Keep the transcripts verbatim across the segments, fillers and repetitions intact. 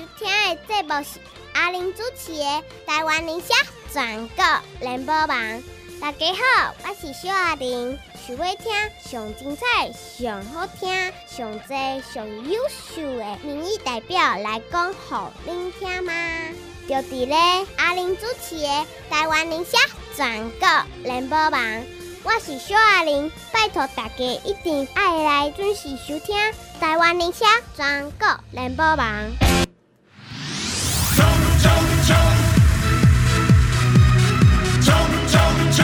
听的节目是阿玲主持的《台湾理想全国联播网》。大家好，我是小阿玲。想要听上精彩、上好听、上多、上优秀的民意代表来讲，给您听吗？就伫咧阿玲主持的《台湾理想全国联播网》。我是小阿玲，拜托大家一定要来准时收听台湾理想全国联播网。冲冲冲！冲冲冲！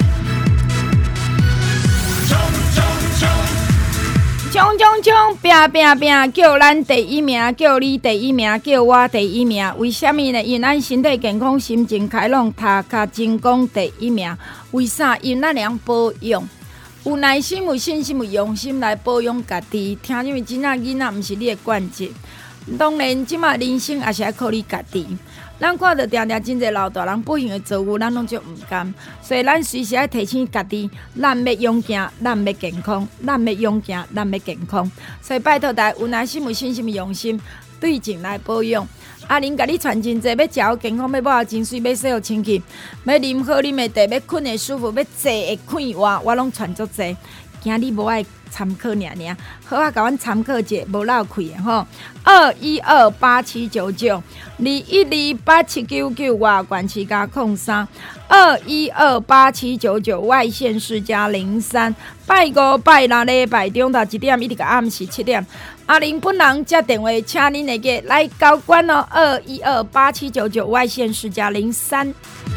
冲冲冲！冲冲冲！拼拼拼！叫咱第一名，叫你第一名，叫我第一名。为什么呢？因咱身体健康、心情开朗、读卡成功第一名。为啥？因咱能保养，有耐心、有信心、有用心来保养家己。听因为真仔囡仔，毋是你的关节。当然，即马人生也是要靠你家己。咱看到定定真侪老大人不幸的遭遇，咱拢就毋甘。所以，咱随时要提醒家己，咱要勇敢，咱要健康，咱要勇敢，咱要健康。所以，拜托大家有耐心、有信心、有用心，对症来保养。阿玲甲你传真济，要食好健康，要抹好真水，要洗好清气，要啉好啉的茶，要困的舒服，要坐会快活，我拢传足济。惊你无爱参考尔尔，好啊，甲阮参考者，无漏气的吼。二一二八七九九，二一二八七九九，外管七加空三。二一二八七九九，外县市加零三。拜五拜六礼拜中昼一点，一直到暗时七点。阿玲本人接电话，请恁下个来交关哦。二一二八七九九，外县市加零三。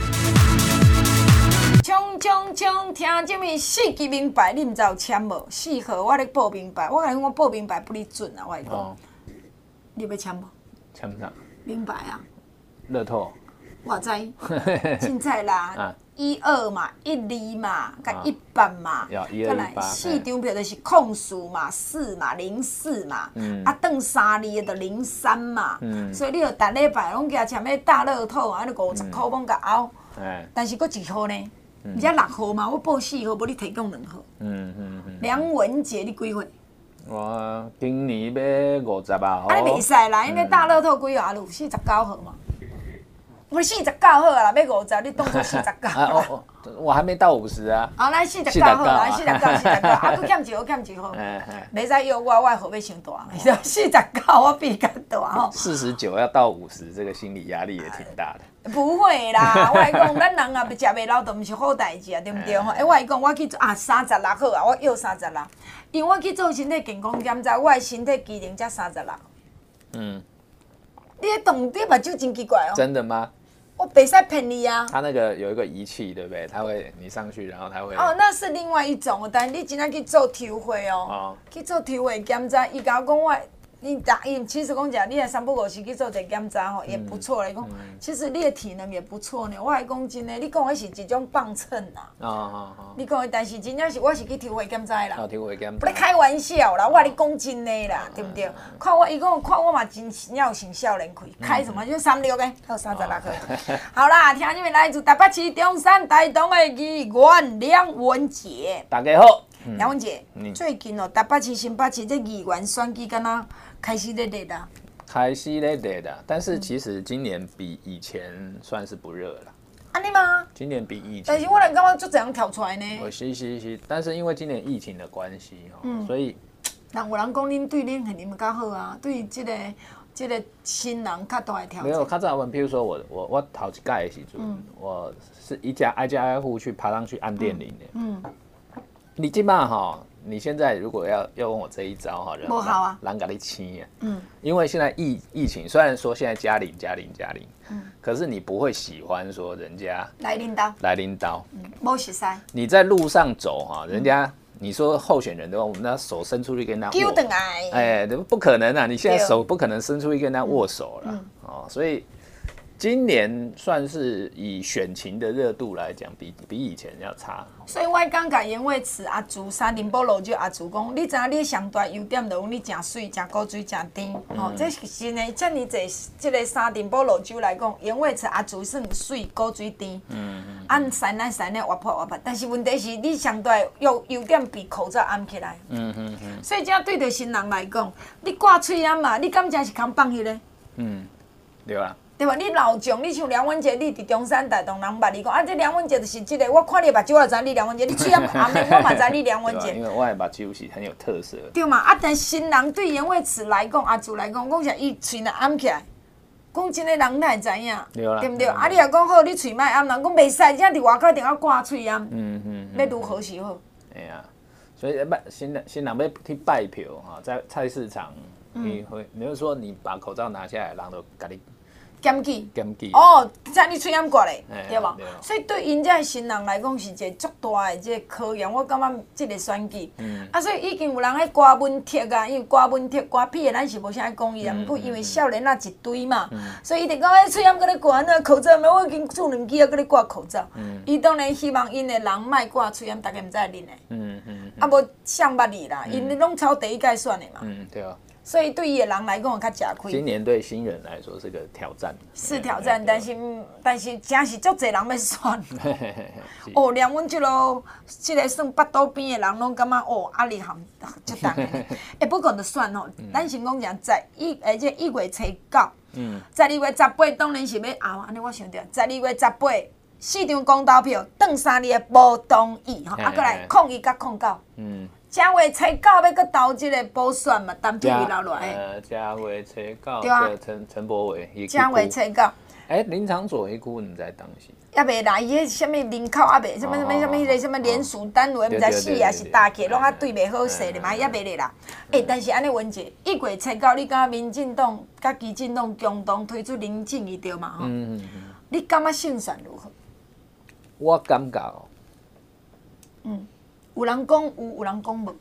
冲冲冲！听这么四支名牌，你毋知有签无？四号我咧报名牌，我甲你讲，我报名牌不哩准啊！我跟你讲，哦、你要签无？ 签啥？ 名牌啊！ 乐透。 我知，凊彩啦，一二嘛，一二嘛，甲一百嘛， 再来四张票就是空数嘛，四嘛，零四嘛，嗯、啊，等三字的就零三嘛，嗯、所以你著逐礼拜拢加签迄大乐透啊，就五十箍拢甲拗，嗯、但是佫一号呢？而且六号嘛，我报四号，无你提供两号。嗯嗯嗯。梁文杰，你几岁？ 我今年要五十啊。 啊，你袂使啦，因为大乐透几号路？四十九号嘛。我四十九号啦，要五十，你当作四十九。 我我还没到五十啊。 好，来四十九号，来四十九，四十九，啊，佫欠一号，欠一号。袂使约我，我的号要伤大，四十九我比较大吼。 四十九要到五十，这个心理压力也挺大的。 不会啦，我来讲，咱人也食袂老，都毋是好代志啊，对毋对？吼，哎，我来讲，我去做啊，三十六好啊，我约三十六，因为我去做身体健康检查，我的身体机能才三十六。嗯。你的动你目睭真奇怪哦。 真的吗？ 我袂使骗你啊。 他那个有一个仪器，对不对？他会你上去，然后他会。 哦，那是另外一种，但是你真正去做抽血哦，哦去做抽血检查，伊甲我讲我。你答应，其实讲讲，你来三不五时去做一个检查吼，也不错来讲。嗯、其实你的体能也不错呢。我来讲真的，你讲的是一种磅秤啦。哦哦哦。你讲的，但是真正是我是去抽血检查啦。 哦，抽血检查。 不咧开玩笑啦，我跟你讲真的啦，对不对？看我，伊讲看我嘛真要成少年开，开什么就三六的，还有三十六个。好啦，听你们来自台北市中山台东的议员梁文杰。 大家好。 梁文杰，嗯、最近哦，台北市、新北市这议员选举敢若开始咧热啦。 开始咧热啦，但是其实今年比以前算是不热了。 安尼吗？ 今年比以前。 但是我人感觉就这样跳出来呢。 哦，是是是，但是因为今年疫情的关系哦，嗯、所以。 人有人讲恁对恁很们较好啊，对这个这个新人较大的挑战。 没有，较早问，譬如说我我我头一届的时阵，嗯、我是一家挨家挨户去爬上去按电铃的。嗯。嗯你即摆哈，你现在如果要要问我这一招哈， 不好啊， 人家你亲啊，嗯，因为现在疫疫情，虽然说现在加零加零加零，嗯，可是你不会喜欢说人家来领导来领导， 嗯，没实在。 你在路上走哈，人家你说候选人的话，我们那手伸出去跟他握，丢来， 哎，不可能啊！你现在手不可能伸出去跟他握手了，哦，所以。今年算是以选情的热度来讲，比比以前要差。 所以我刚甲严伟慈阿竹三林波老酒阿竹讲，你知影你上大优点就是你真水、真古水、真甜。吼、嗯哦，这是真的。遮尔济这个三林波老酒来讲，严伟慈阿竹算水、古水、甜。嗯嗯。按山奶山奶活泼活泼，但是问题是你上大优优点比口罩按起来。嗯嗯嗯。所以这对着新人来讲，你挂喙暗嘛，你敢真是扛放迄个？嗯。 对啦。 对吧？你老将，你像梁文杰，你伫中山大同人捌你讲，啊，这梁文杰就是这个，我看你目睭我就知你梁文杰，你喙暗暗的，我嘛知你梁文杰。 因为我的目睭是很有特色。 对嘛？啊，但新人对严惠慈来讲，阿祖来讲，讲啥，伊喙若暗起来，讲真诶，人哪会知影？对不对？啊，你若讲好，你喙莫暗，人讲袂使，只伫外口一定要挂喙暗。嗯嗯。要如何是好？ 哎呀，所以拜新人新人要去拜票哈，在菜市场，你会，你就说你把口罩拿下来，人就甲你。 检举， 检举哦，遮你喙暗挂咧，对无？所以对因遮新人来讲是一个足大的这个考验。我感觉即个选举，嗯、啊，所以已经有人喺刮文贴啊，因为刮文贴、刮屁的，咱是无啥讲伊啊。毋过因为少年仔一堆嘛，嗯、所以伊就讲诶，喙暗搁咧挂那口罩，没我已经做两支啊，搁咧挂口罩。伊、嗯、当然希望因的人莫挂喙暗，大家毋知会恁诶。嗯嗯。啊，无上捌你啦，因嗯、拢超第一届选的嘛。嗯，对啊。所以对伊的人来讲，较吃亏。 今年对新人来说是个挑战。 是挑战，但是但是真是足侪人要选。哦，梁文即落，即个算北岛边的人拢感觉哦压力含足重的。哎，不过就算吼，咱先讲讲十一，而且一月初九，十二月十八当然是要后，安尼我想着，十二月十八市场公投票，当三日的无同意吼，啊，过来抗议甲控告。嗯。正月初九要搁投即个补选嘛，单票伊留落来。 呃，正月初九，对啊，陈陈柏惟。 正月初九。 哎，林长佐迄句毋知当时。 也未来，伊迄什物人口也未，什物什物什物迄个什物联署单位，毋知死也是打起，拢啊对袂好势咧嘛，也未咧啦。哎，但是安尼文姐，一月初九，你感觉民进党甲基进党共同推出林静怡对嘛吼？嗯嗯嗯。你感觉胜算如何？ 我感觉哦。 嗯。有人讲有，有人讲无。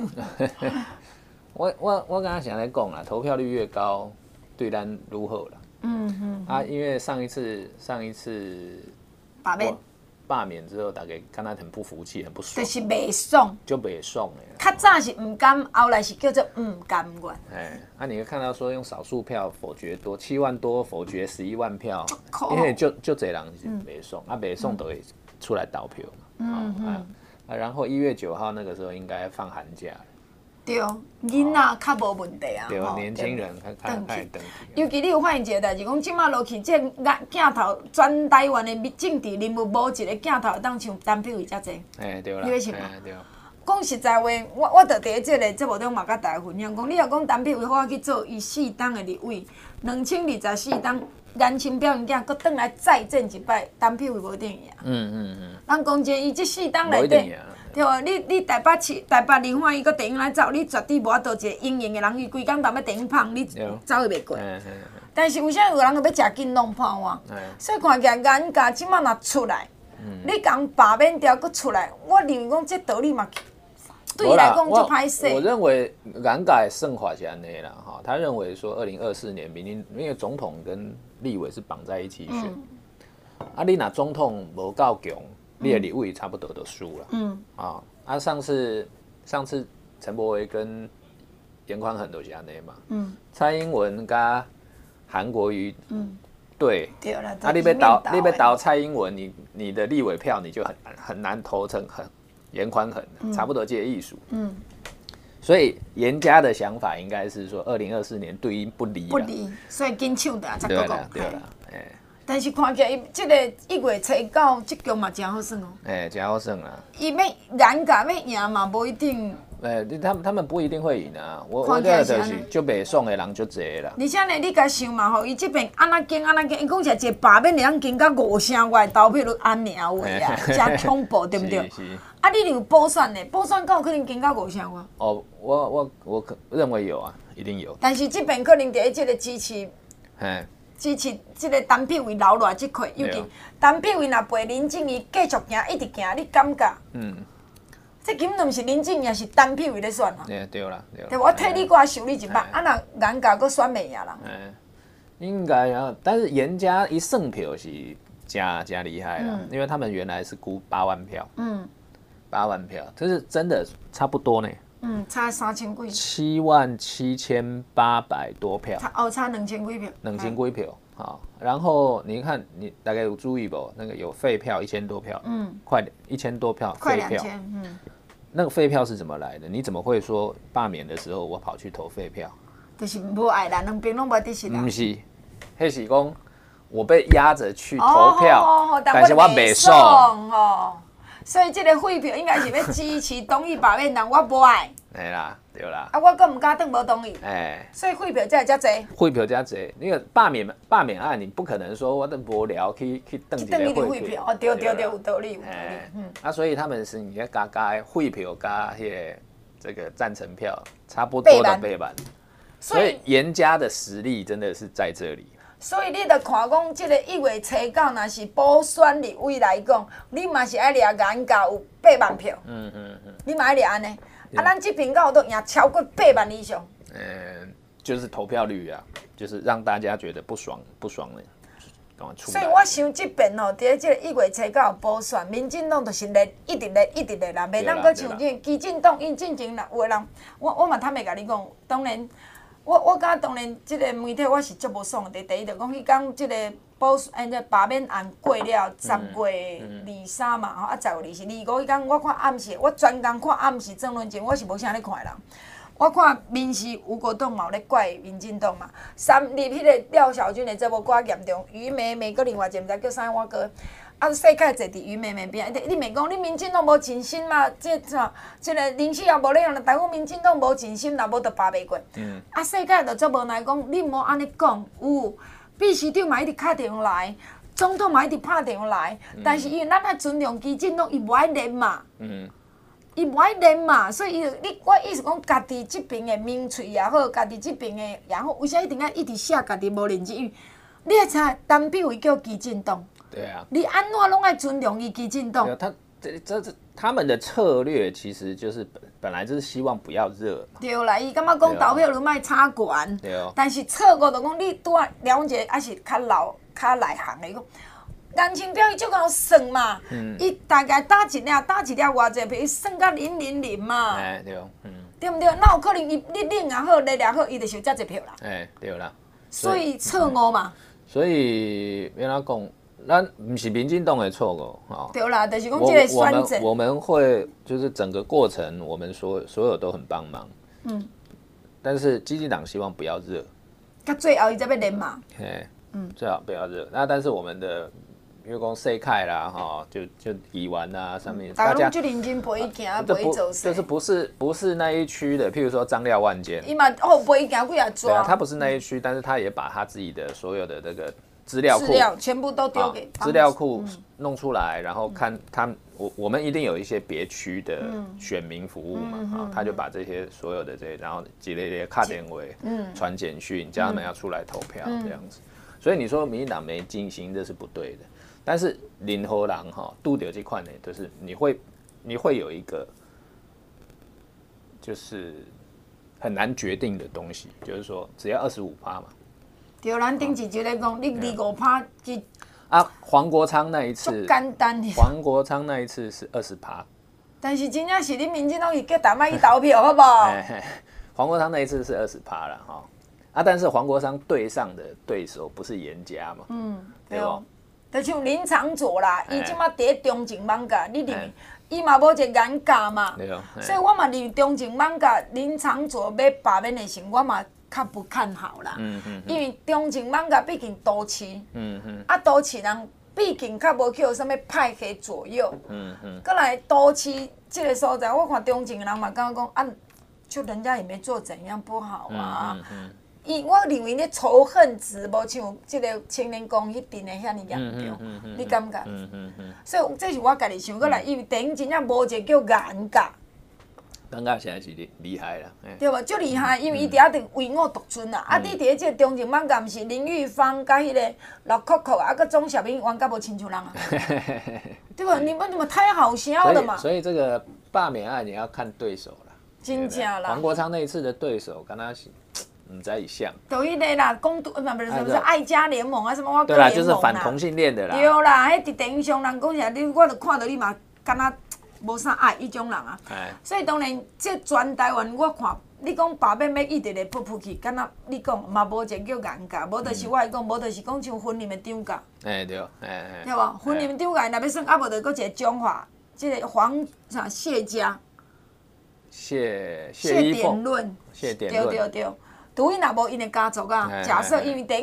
我我我刚刚想来讲啦，投票率越高，对咱如何啦？嗯嗯。啊，因为上一次上一次罢免罢免之后，大家看他很不服气，很不爽。 就是袂爽。 就袂爽诶。 较早是唔甘，后来是叫做唔甘愿。 哎，啊，你会看到说用少数票否决多，七万多否决十一万票，因为就就这人是袂爽，啊，袂爽就会出来投票嘛。嗯嗯。啊，然后一月九号那个时候应该放寒假了。 对，囡仔较无问题啊。 对，年轻人较较较会登记。 尤其你有发现一个代志，讲即马落去，这镜头全台湾的政治人物无一个镜头当像单票位遮济。 哎，对啦。 你要信吗？讲实在话，我我着伫即个节目中嘛，甲大家分享讲，你若讲单票位，我去做伊四党的立委，两千二十四党。颜清标因囝，搁转来再战一摆，单票会无一定赢。嗯嗯嗯。咱讲真，伊即四党内底，对无？你你台北市、台北林焕伊搁电影来走，你绝对无法度一个英勇的人，伊规工踮咧电影旁，你走会袂过。但是有啥有人会要食紧弄破碗？所以看起来颜家即马若出来，你讲罢免掉搁出来，我认为讲这道理嘛。对来讲就歹势。 我认为颜家的胜法是安尼啦，哈，他认为说二零二四年民进，因为总统跟立委是绑在一起选，嗯、啊，你若总统无够强，你的立委差不多就输了。嗯，啊，啊，上次上次陈柏惟跟严宽恒都是安尼嘛。嗯，蔡英文加韩国瑜，嗯，对，对了，啊，你要投你要投蔡英文，你你的立委票你就很很难投成很。严宽恒，嗯、差不多这个艺术。嗯，所以严家的想法应该是说，二零二四年对应不离。 不离，所以紧抢的，才讲讲。对啦，哎。 但是看起来，这个一月初九，这局嘛真好算哦。 哎，真好算啊。 伊要颜家要赢嘛，无一定。 哎，他们他们不一定会赢啊。我我觉得就是就袂爽的人就多啦。 而且呢，你甲想嘛吼，伊这边安那经安那经，伊讲起来一个罢免两经到五成外投票都安尼啊位啊，真恐怖对不对？是是。啊，你有补选呢？补选敢有可能经到五成外？ 哦，我我我认为有啊，一定有。 但是这边可能伫这个支持，嘿，支持这个单票位留落这块，尤其单票位若陪林静怡继续行，一直行，你感觉？嗯。这根本毋是林静怡，是单票位咧选啊。对对啦，对。 对，我替你我收你一百，啊，若颜家佫选袂赢啦。嗯， 应该啊，但是严家一胜票是加加厉害啦，因为他们原来是估八万票。嗯。八万票，这是真的差不多呢。 嗯，差三千几。 七万七千八百多票。 差哦，差两千几票。 两千几票，好。然后你看，你大概有注意不？那个有废票一千多票，嗯，快一千多票废票，嗯。那个废票是怎么来的？你怎么会说罢免的时候我跑去投废票？ 就是无爱啦，两边拢无支持啦。 不是， 迄是讲我被压着去投票， 哦哦、 但是我袂爽哦。所以这个废票应该是要支持同意罢免人，我不爱。 哎啦，对啦。 啊，我更唔敢当无同意。 哎， 所以废票才会遮济。 废票遮济，那个罢免罢免案，你不可能说我都无聊去去登一个废票。 哦，对对对，有道理有道理。 嗯。啊，所以他们是你要加加废票加迄个这个赞成票，差不多的背板。所以严家的实力真的是在这里。 所以你著看讲，即个一月初九，若是补选立委来讲，你嘛是爱掠眼价有八万票。嗯嗯嗯。你嘛爱掠安尼，啊，咱这边敢有都赢超过八万以上。 嗯，就是投票率啊，就是让大家觉得不爽不爽的，赶快出来。 所以我想这边吼，伫咧即个一月初九补选，民进党就是咧一直咧一直咧啦，袂当阁像即基进党因进前啦，有的人，我我嘛坦白甲你讲，当然。我我感觉当然，即个媒体我是足无爽的。第一，就讲迄讲即个保安这罢免案过了，十月二三嘛，吼、嗯嗯、啊十月二四、二五迄天，我看暗时，我专工看暗时争论节，我是无啥咧看的人。我看民视吴国栋嘛有咧怪民进党嘛，三入迄个廖小军的节目寡严重，于妹妹搁另外一个毋知叫啥我哥。啊，世界坐伫于妹妹边，你袂讲你民进党无尽心嘛？即啥？即个林世尧无咧用，台湾民进党无尽心，若无就罢袂过。嗯。啊，世界就足无奈讲，你莫安尼讲。有，秘书长嘛一直敲电话来，总统嘛一直拍电话来，嗯、但是因为咱爱尊重基进党，伊无爱连嘛。嗯。伊无爱连嘛，所以伊你我意思讲，家己即边的名嘴也好，家己即边的也好，为啥一定要一直写家己无认真？因为你也知单标伊叫基进党。 对啊， 你安怎拢爱尊重伊基进党？ 他这这这他们的策略其实就是本本来就是希望不要热。 对啦，伊感觉讲投票率卖差悬，对哦。但是错误就讲你拄啊了解还是较老较内行的讲，颜清标伊足够算嘛，伊、嗯、大概打一粒打一粒偌济票，伊算到零零零嘛。 哎对哦，嗯。 对毋对？哪有可能伊你领也好，你也好，伊就收遮济票啦。 哎对啦。 所以错误嘛。 所以要哪讲？咱不是民进党的错误，哦， 对啦，就是讲这个选择， 我们会就是整个过程，我们所所有都很帮忙，嗯，但是基进党希望不要热， 到最后伊才要连嘛， 嘿，嗯，最好不要热。那但是我们的，比如讲世凯啦，哈，就就议员啊上面， 大家就认真陪伊行，陪伊做事， 就是不是不是那一区的，譬如说张廖万坚， 伊嘛哦陪伊行几啊抓， 对啊，他不是那一区，但是他也把他自己的所有的这个。资料库全部都丢给资料库弄出来，然后看他我我们一定有一些别区的选民服务嘛，啊，他就把这些所有的这些，然后几类类卡点位，传简讯，叫他们要出来投票这样子。所以你说民进党没进行，这是不对的。但是林和郎哈杜德这块呢，就是你会你会有一个就是很难决定的东西，就是说只要二十五趴嘛。 对，咱顶一集咧讲，你二五趴就啊，黄国昌那一次， 简单的。 黄国昌那一次是二十趴， 但是真正是你民进党伊叫大麦去投票，好不好？ 黄国昌那一次是二十趴了哈，啊，但是黄国昌对上的对手不是严家嘛，嗯，对不？ 就像林长佐啦，伊即马伫中情艋舺，你认为伊嘛无一个眼界嘛？对哦。所以我嘛认为中情艋舺林长佐要罢免的时候，我嘛。较不看好啦，嗯嗯嗯、因为中情艋舺毕竟都市，嗯嗯、啊都市人毕竟较无去有啥物派系左右，嗯嗯，过来都市这个所在，我看中情人嘛感觉讲啊，就人家也没做怎样不好啊，伊、嗯嗯、我认为你仇恨值无像这个青年宫迄阵的遐尼严重，嗯嗯嗯、你感觉？嗯嗯嗯、所以这是我家己想过来，因为电影真正无一个叫严格。 感觉现在是厉厉害啦， 对无？足厉害，因为伊伫遐定唯我独尊啦。啊，你伫咧即个中情艋舺，毋是林玉芳甲迄个老 Coco 啊，佮钟小平玩甲无亲像人啊，对无？你们怎么太好笑了嘛？ 所以这个罢免案你要看对手啦， 真正啦。 黄国昌那一次的对手，跟他是唔知一像。 就迄个啦，公都嘛不是什么爱家联盟啊，什么我对啦，就是反同性恋的啦。 对啦，迄伫电影上人讲起来，你我著看到你嘛，敢若。无啥爱迄种人啊，所以当然，这全台湾我看，你讲罢免要一直咧噗噗去，敢若你讲嘛无一个叫严格，无就是我来讲，无就是讲像婚姻的涨价， 哎对，哎哎， 对无？婚姻涨价，若要算啊无，就搁一个中华，即个黄啥谢家， 谢谢典论， 谢典论， 对对对，除伊若无因的家族啊，假设因为等于。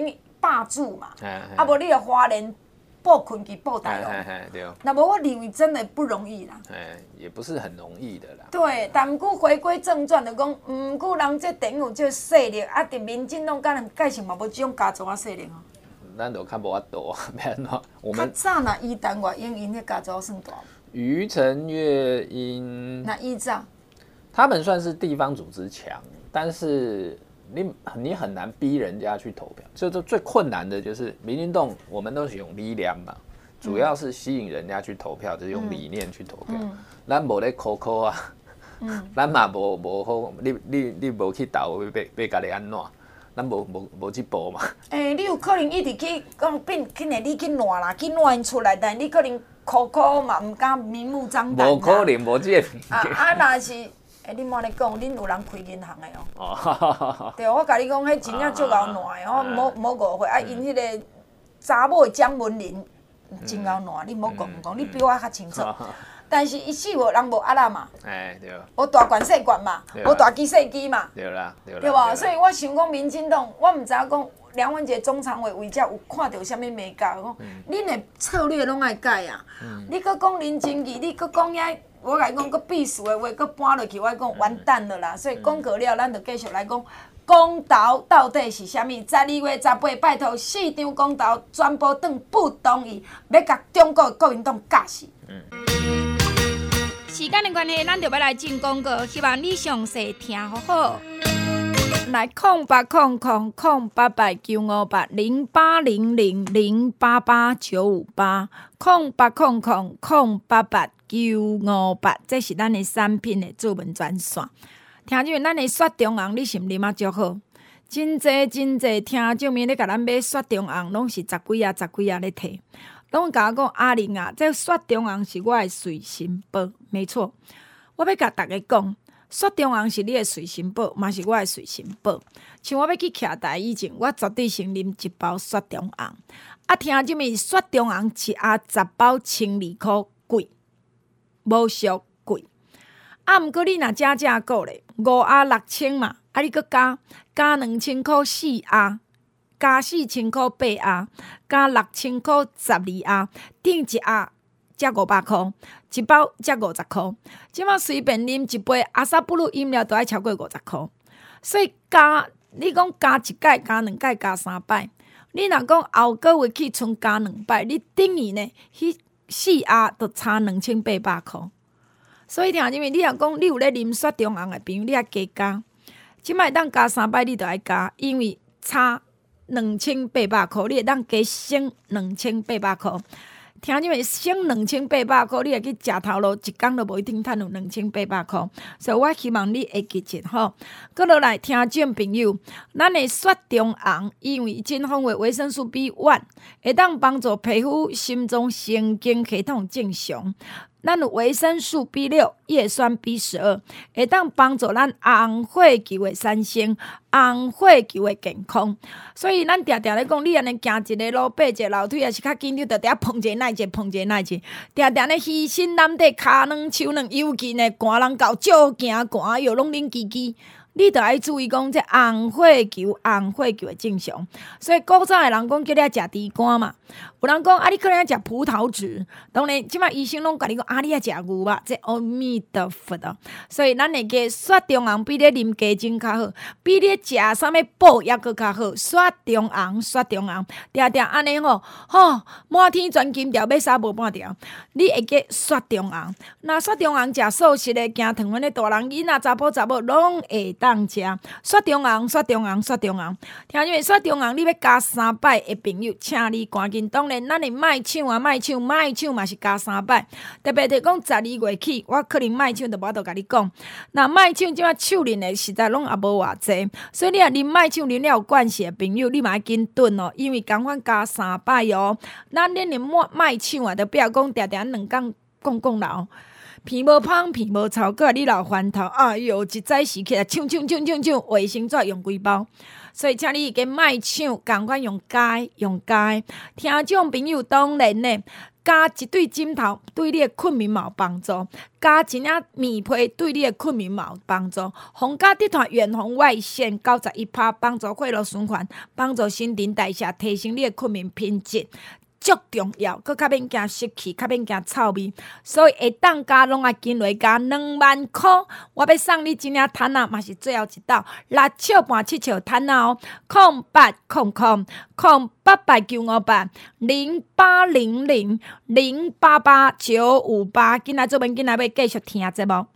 霸住嘛，啊无你个花莲报困去报台哦， 对。 那无我认为真的不容易啦。 哎，也不是很容易的啦。 对，但毋过回归正传，就讲毋过人这电影有这势力，啊，伫民进党敢若介绍嘛无这种家族啊势力哦。 咱就较无法度啊，要安怎？我们较早若伊单外英因迄家族算大。 于承岳因那依照， 他们算是地方组织强，但是你你很难逼人家去投票。这这最困难的就是民进党，我们都是用力量嘛，主要是吸引人家去投票，就是用理念去投票。咱无咧口口啊，咱嘛无无好，你你你无去投，要要家己安怎？咱无无无这步嘛。 诶、欸，你有可能一直去讲变，今日你去烂啦，去烂因出来，但你可能口口嘛唔敢明目张胆。无可能，无这个。 啊啊，若是诶、欸，你莫咧讲，恁有人开银行的哦。哦。对，我甲你讲，迄真正足够烂的哦，无无误会啊！因迄个查某江文林真够烂，你莫讲唔讲，你比我较清楚。但是伊死无人无压啦嘛，哎对，无大管细管嘛，无大机细机嘛， 对啦对啦， 对无？所以我想讲，民进党，我毋知影讲梁文杰中常委为遮有看到啥物美感，讲恁的策略拢爱改啊！你搁讲林清义，你搁讲遐，我甲你讲，搁避暑的话，搁搬落去，我讲完蛋了啦！所以讲过了，咱就继续来讲。公投到底是啥物？十二月十八，拜托四张公投全部转不同意，要甲中国国民党架死。嗯时间的关系，咱就要来进广告，希望你详细听好好。来，空八空空空八八九五八零八零零零八八九五八，空八空空空八八九五八，这是咱的产品的主文专线。听众，咱的雪中红，你是毋啉啊足好？真济真济听众面咧，甲咱买雪中红，拢是十几啊十几啊咧摕。拢甲我讲阿玲啊，这雪中红是我的随身宝，没错。我要甲大家讲，雪中红是你的随身宝，嘛是我的随身宝。像我要去徛台以前，我绝对先啉一包雪中红。啊，听即面雪中红一盒十包千二箍贵，无俗贵。啊，毋过你若正正购咧，五盒六千嘛，啊，你搁加加两千箍四盒。加四千箍八盒，加六千箍十二盒，顶一盒才五百箍，一包才五十箍。即马随便啉一杯阿萨布鲁饮料都要超过五十箍，所以加你讲加一摆、加两摆、加三摆，你若讲后个月去剩加两摆，你等于呢，迄四盒就差两千八百箍。所以听入面，你若讲你有咧啉雪中红的朋友，你也加加。即摆当加三摆，你就爱加，因为差。两千八百箍，你会当加省两千八百箍。听你们省两千八百箍，你会去食头路，一工都无一定趁有两千八百箍。所以我希望你会记住吼。搁落来，听众朋友，咱的雪中红，因为真丰富维生素 B 一，会当帮助皮肤、心脏、神经系统正常。咱有维生素 B 六、叶酸 B 十二，会当帮助咱红血球的产生、红血球的健康。所以咱常常咧讲，你安尼行一个路、爬一个楼梯，也是较紧张，就伫碰一个耐一个，碰一个耐一个，常常咧虚身难底，骹软手软，尤其呢寒人到少行寒又拢冷叽叽。你着爱注意讲，这红血球、红血球的正常。所以古早的人讲叫你食猪肝嘛，有人讲啊，你可能要食葡萄籽。当然，即马医生拢甲你讲啊，你要食牛肉，这阿弥陀佛啊！所以咱会加雪中红比咧啉鸡精较好，比咧食啥物补药阁较好。雪中红，雪中红，定定安尼吼，吼满天钻金条，要杀无半条。你会加雪中红，那雪中红食素食的，行糖分的大人囡仔、查甫查某拢会当食。雪中红，雪中红，雪中红。听见雪中红，你要加三摆的朋友，请你赶紧。当然，咱的卖抢啊，卖抢，卖抢嘛是加三摆。特别是讲十二月起，我可能卖抢就无度甲你讲。那卖抢即马手啉的实在拢也无偌济，所以你若啉卖抢啉了有关系的朋友，你嘛要紧炖哦，因为共款加三摆哦。咱恁啉卖卖抢啊，就不要讲定定两工讲讲老。 鼻无芳，鼻无臭，搁你老烦头，哎哟，一早时起来抢抢抢抢抢，卫生纸用几包。所以，请你跟卖抢，赶快用加用加。听众朋友当然呢，加一对枕头对你的困眠嘛有帮助，加一领棉被对你的困眠嘛有帮助。红加地团远红外线九十一趴，帮助血液循环，帮助新陈代谢，提升你的困眠品质。足重要，佮较免惊湿气，较免惊臭味，所以会当加拢爱紧落加两万块。我要送你一领毯仔，嘛是最后一道六尺半七尺毯仔哦，空八空空空八八九五八零八零零零八八九五八。今仔做文，今仔要继续听节目。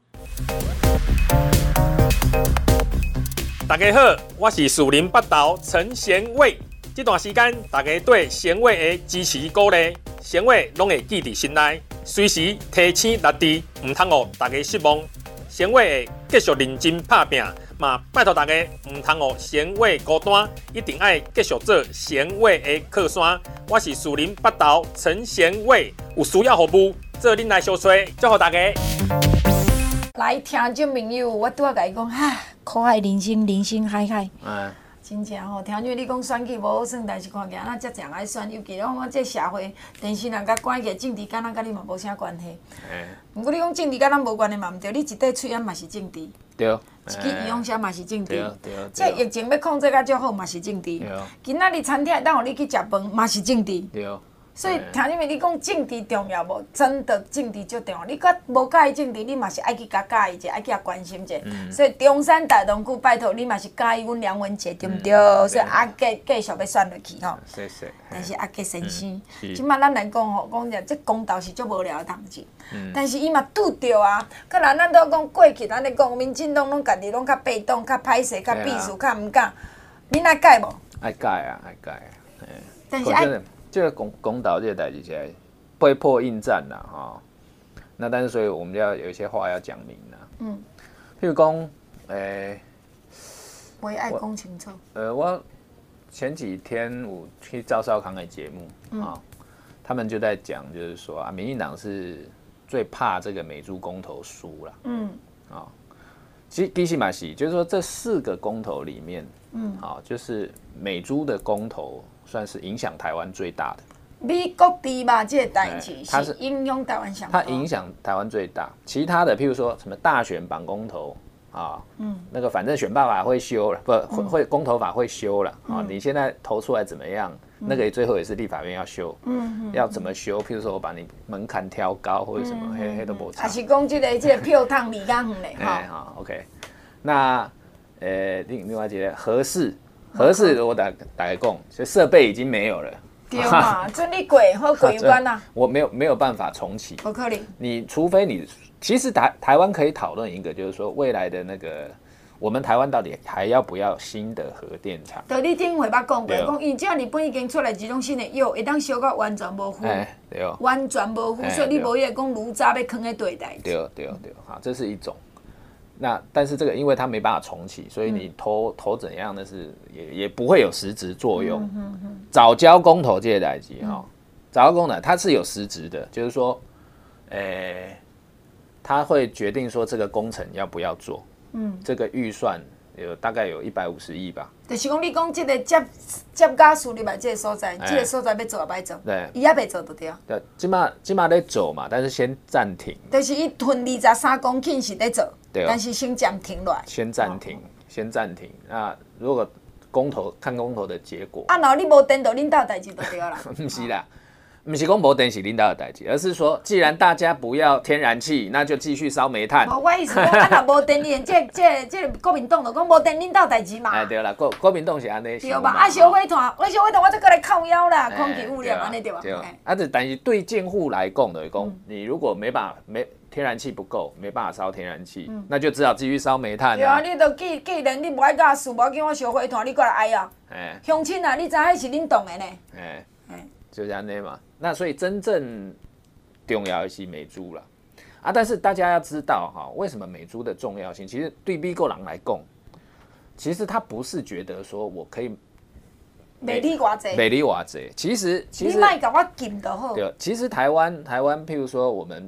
大家好，我是树林八斗陈贤伟。这段时间，大家对贤伟的支持鼓励，贤伟拢会记伫心内，随时提醒力治，唔通互大家失望。贤伟会继续认真打拼，嘛拜托大家唔通互贤伟孤单，一定爱继续做贤伟的靠山。我是树林八斗陈贤伟，有需要服务，做恁来相找，祝福大家。 来，听众朋友，我拄仔甲伊讲，哈，可爱人生，人生海海。嗯。真正吼，听见你讲选举无好算，但是看起来咱遮常爱选，尤其讲我这社会电视人甲关起，政治敢若甲你嘛无啥关系。哎。不过你讲政治甲咱无关系嘛毋对，你一块喙烟嘛是政治。对。一支医用车嘛是政治。对对。这疫情要控制甲较好嘛是政治。对。今仔日餐厅会当互你去食饭嘛是政治。对。所以听你们你讲政治重要无？真的政治最重要。你甲无介意政治，你嘛是爱去甲介意者，爱去甲关心者。嗯、所以中山大同区拜托你嘛是介意阮梁文杰对毋对？嗯、所以阿继继续要选落去吼。是是。但是阿继先生，即摆、嗯、咱来讲吼，讲者这公道是足无聊的代志。嗯、但是伊嘛拄着啊。可能咱都讲过去，咱咧讲民进党拢家己拢较被动、较歹势、较避暑、较毋敢。恁爱改无？爱改啊，爱改啊。但是爱。这个公公道这个代志起来被迫应战啦，哈、哦。那但是所以我们要有一些话要讲明啦。嗯。譬如讲，诶，我也爱讲清楚。呃，我前几天我去赵少康的节目啊、嗯哦，他们就在讲，就是说啊，民进党是最怕这个美猪公投输了。嗯。啊、哦，其实其实嘛是，就是说这四个公投里面，嗯，好、哦，就是美猪的公投。算是影响台湾最大的。美国猪肉这个代志是影响台湾上，它影响台湾最大。其他的，譬如说什么大选绑公投啊，嗯，那个反正选办法会修了，不会会公投法会修了啊。你现在投出来怎么样？那个最后也是立法院要修，嗯，要怎么修？譬如说我把你门槛调高或者什么，黑黑都无差。还是讲这个这个票烫离较远嘞，哈。好 ，OK。那呃，另另外一个合适。合适，我打打个供，所以设备已经没有了。对嘛，准你过好过一关啊。我没有没有办法重启。不可能。你除非你，其实台台湾可以讨论一个，就是说未来的那个，我们台湾到底还要不要新的核电厂？对，你顶回捌讲过，讲因只要日本已经出来一种新的药，会当烧到完全无符。哎，对。完全无符，所以你无迄个讲炉渣要放在对代。对对对，好，这是一种。那但是这个，因为它没办法重启，所以你投、嗯、投怎样的是也也不会有实质作用。嗯嗯嗯、早交公投这些代志哈，早交公投它是有实质的，就是说，诶、欸，它会决定说这个工程要不要做。嗯，这个预算有大概有一百五十亿吧。就是讲你讲这个接接甲树立来这个所在，欸、这个所在要做也歹做，对，伊也袂做就对。对，即马即马在做嘛，但是先暂停。就是伊囤二十三公顷是在做。但是先暂停落来，先暂停，哦、先暂停。那如果公投看公投的结果，啊，然后你无电到领导代志就对了。不是啦，不是讲无电是领导的代志，而是说，既然大家不要天然气，那就继续烧煤炭。我意思讲，啊，若无电，你这这这国民党就讲无电领导代志嘛。哎，对啦，国国民党是安尼。对吧？啊，烧火炭，我烧火炭，我再过来靠腰啦，空气污染安尼对吧？对。啊，就但是对建户来讲就是讲，你如果没办法没。天然气不够，没办法烧天然气，嗯、那就只好继续烧煤炭、啊。对啊，你都既既然你不爱甲树，无要紧我烧火炭，你过来爱啊。哎，乡亲啊，你知影是恁党的呢？哎哎，就是安尼嘛。那所以真正重要的是美猪啦。啊，但是大家要知道哈，为什么美猪的重要性？其实对美国人来讲，其实他不是觉得说我可以。美丽偌济，美丽偌济。其实其实你卖甲我禁就好。对，其实台湾台湾，譬如说我们。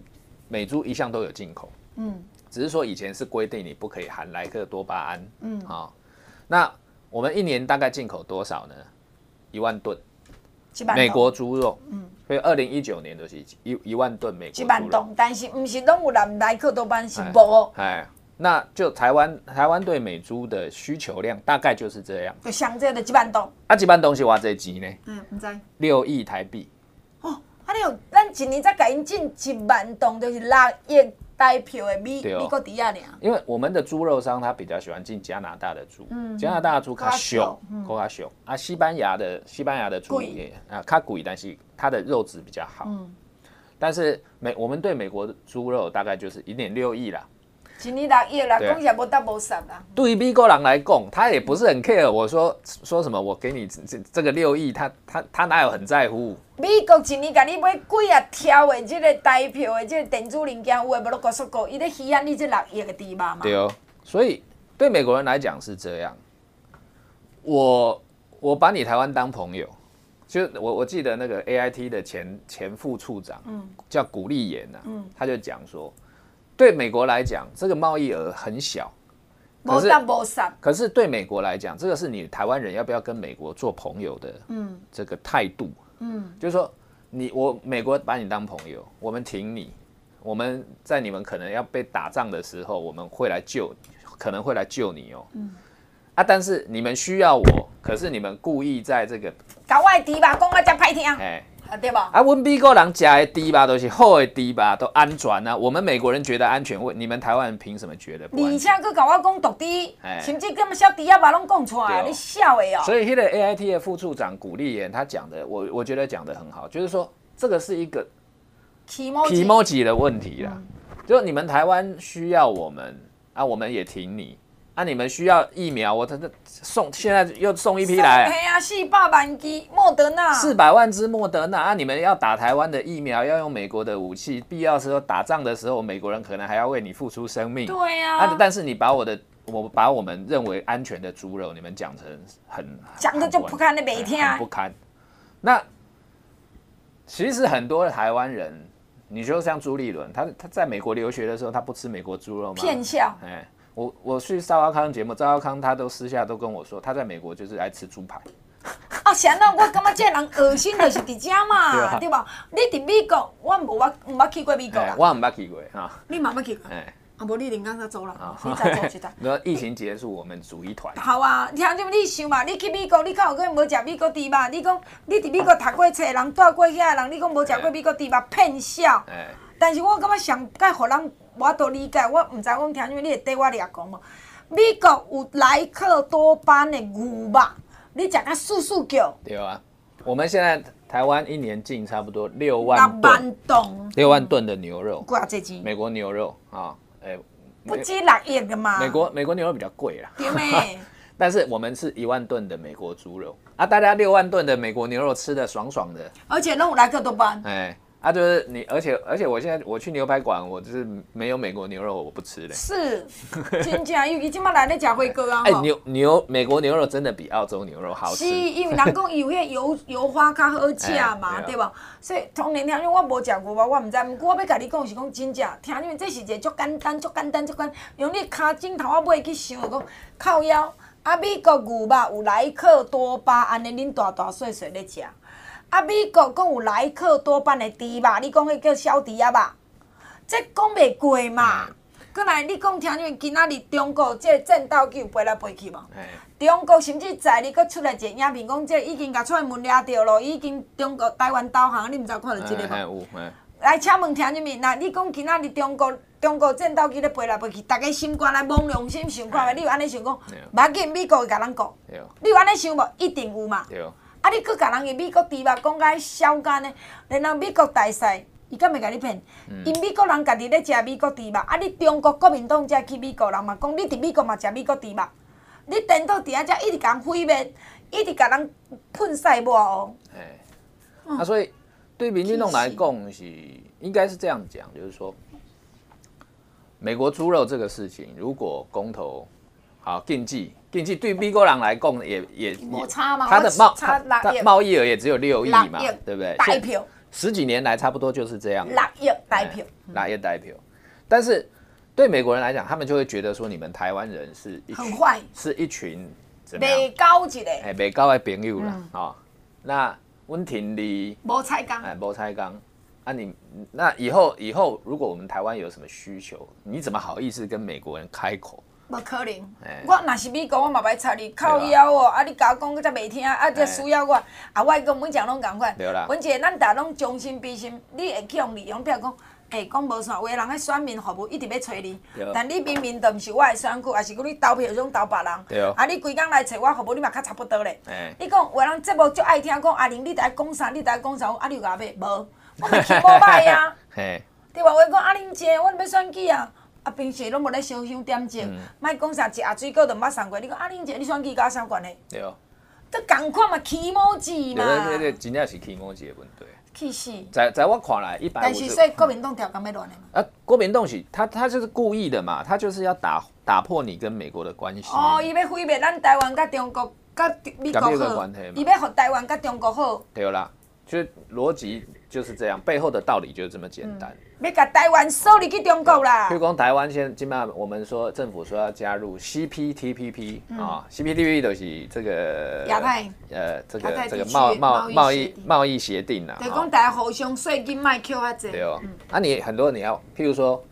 美猪一向都有进口， 嗯， 只是说以前是规定你不可以含莱克多巴胺，嗯，好、哦，那我们一年大概进口多少呢？一万吨，美国猪肉，嗯，所以二零一九年就是一一万吨美国猪肉， 一万吨，但是不是拢有含莱克多巴胺是无， 哎，那就台湾台湾对美猪的需求量大概就是这样， 就像这个一万吨， 啊，一万吨是偌济钱呢？ 嗯，唔知， 六亿台币。 哦，啊，你有，咱一年才甲因进一万吨，就是六亿台票的美美国猪仔尔。 因为我们的猪肉商他比较喜欢进加拿大的猪，嗯、加拿大的猪较俗，较俗啊。西班牙的西班牙的猪也啊较贵，但是它的肉质比较好。嗯、但是美我们对美国的猪肉大概就是一点六亿啦。 一年六亿啦，讲起来无得无失啦。 对美国人来讲，他也不是很 care。我说说什么，我给你这这个六亿，他他他哪有很在乎？ 美国一年甲你买几啊条的这个台票的这个电子零件，有诶无都高速股，伊咧稀罕你这六亿的猪肉嘛。 对哦，所以对美国人来讲是这样。我我把你台湾当朋友，就我我记得那个 A I T 的前前副处长，嗯，叫古立言呐、啊，嗯，他就讲说。对美国来讲，这个贸易额很小， 可是可是对美国来讲，这个是你台湾人要不要跟美国做朋友的这个态度。嗯，就是说你我美国把你当朋友，我们挺你，我们在你们可能要被打仗的时候，我们会来救，可能会来救你哦。嗯，啊，但是你们需要我，可是你们故意在这个搞我的猪肉讲啊遮歹听。哎。啊，对吧？ 啊，阮美国人吃的猪肉都是好的猪肉，都安全啊。我们美国人觉得安全，你们台湾人凭什么觉得不安全？ 而且佮我讲毒猪，甚至咁小猪仔肉拢讲出来，你笑的哦。 所以，迄个 A I T 的副处长古立言他讲的，我我觉得讲的很好，就是说这个是一个 emoji 的问题啦。嗯、就是你们台湾需要我们啊，我们也挺你。啊！你们需要疫苗，我他送，现在又送一批来。 嘿啊，四百万剂莫德纳， 四百万支莫德纳啊！你们要打台湾的疫苗，要用美国的武器，必要时候打仗的时候，美国人可能还要为你付出生命。 对呀、 啊。啊，但是你把我的，我把我们认为安全的猪肉，你们讲成很讲的就不堪的没听， 不堪。那其实很多的台湾人，你就像朱立伦，他他在美国留学的时候，他不吃美国猪肉吗？ 骗笑。 哎。我我去赵少康节目，赵少康他都私下都跟我说，他在美国就是爱吃猪排。 啊，是安怎？我感觉这人恶心就是伫遮嘛，对吧？你伫美国，我无我毋捌去过美国啦。 我毋捌去过哈。 你嘛捌去过？哎，啊无你连刚才走了，你再走一趟。 然后疫情结束，我们组一团。 好啊，听就你想嘛，你去美国，你敢有可无食美国猪肉？你讲你伫美国读过册，人住过遐人，你讲无食过美国猪肉，骗笑。哎。但是我感觉上解互人。我都理解，我唔知我听，因为你会对我俩讲嘛。美国有莱克多巴胺的牛肉，你食甲速速叫。 对啊，我们现在台湾一年进差不多六万吨， 六万吨的牛肉。 贵啊，这钱。 美国牛肉啊，哎、欸， 不止六亿的嘛。 美国美国牛肉比较贵啦。 对咩？ 但是我们是一万吨的美国猪肉啊，大家六万吨的美国牛肉吃的爽爽的， 而且拢有莱克多巴胺。 哎。啊，就是你，而且而且我现在我去牛排馆，我就是没有美国牛肉我不吃嘞。 是，真正，尤其今麦来咧食火锅啊。 哎、欸，牛牛美国牛肉真的比澳洲牛肉好吃。 是，因为人讲有迄油油花较好吃嘛，欸、对吧？所以当年听讲我无食牛肉，我唔知，不过我要甲你讲是讲真正，听讲这是一个足简单、足简单、足简单，用你骹枕头仔尾去想，讲靠腰。啊，美国牛肉有莱克多巴胺的，恁大大细细咧食。啊，美国讲有莱克多巴胺的猪肉，你讲迄叫小猪仔肉，这讲袂过嘛。过、嗯、来，你讲听讲今仔日中国这战斗机有飞来飞去无？中国甚至在你搁出来一个影片，讲这已经甲蔡文抓着咯，已经中国台湾导航，你毋知看到这个无？来，请问听什么？那你讲今仔日中国中国战斗机咧飞来飞去，大家心肝来摸良心想看觅，你有安尼想讲？无要紧，美国会甲咱讲。你有安尼想无？一定有嘛。啊！你搁甲人去美国猪肉讲甲小干呢？然后美国大赛，伊敢袂甲你骗？因、嗯、美国人家己咧食美国猪肉，啊！你中国国民党才去美国人嘛，讲你伫美国嘛食美国猪肉，你颠倒伫遐只一直甲人毁灭，一直甲人喷晒抹哦。 哎，嗯、啊，所以对民进党来讲是应该是这样讲，就是说，美国猪肉这个事情，如果公投好禁忌。经济对美国人来讲也也没差嘛， 它的贸它贸易额也只有六亿嘛，对不对？ 大票。 十几年来差不多就是这样， 六亿台票， 六亿台票。但是对美国人来讲，他们就会觉得说，你们台湾人是一很坏， 是一群怎么样？ 袂高一个， 哎，袂高的朋友啦，啊、嗯哦，那温庭里无彩工， 哎，无彩工。啊你，那以后以后，如果我们台湾有什么需求，你怎么好意思跟美国人开口？ 无可能， 欸、 我若是美国，我嘛袂插你，靠腰哦！啊，你甲我讲，我才袂听，啊，这需要我，欸、啊，我讲每讲拢共款。 对啦。 阮一个咱大拢将心比心，你会去用利用，比如讲，诶、欸，讲无啥，有的人迄选民服务一直要找你，但你明明就毋是我的选区，也是讲你投票种投别人。 对。 啊，你规工来找我服务，你嘛较差不多咧。 欸、 你讲有的人节目足爱听，讲阿玲你在讲啥？你在讲啥？啊，你有甲买无？我咪去无歹啊。 嘿。 对吧？我讲阿玲姐，我要选举啊。啊，平时拢无咧烧香点睛，莫讲啥一下水果都毋捌送过。你讲啊，玲姐，你选举甲啥关系？ 对哦。 这共款嘛，起毛字嘛。 对对对，真正是起毛字的问题。 气死！ 在在我看来，一百五十。 但是所以国民党调工要乱的嘛。 啊，国民党是他他就是故意的嘛，他就是要打打破你跟美国的关系。 哦，伊要毁灭咱台湾甲中国甲美国好，伊要互台湾甲中国好。 对啦，就是逻辑就是这样，背后的道理就是这么简单。嗯要甲台湾收入去中国啦。 譬如讲台湾现今嘛，我们说政府说要加入 C P T P P 啊 ，C P T P P 就是这个亚太呃这个这个贸贸贸易贸易协定啊。 就讲大家互相税金卖扣较济。 对哦，啊你很多你要，譬如说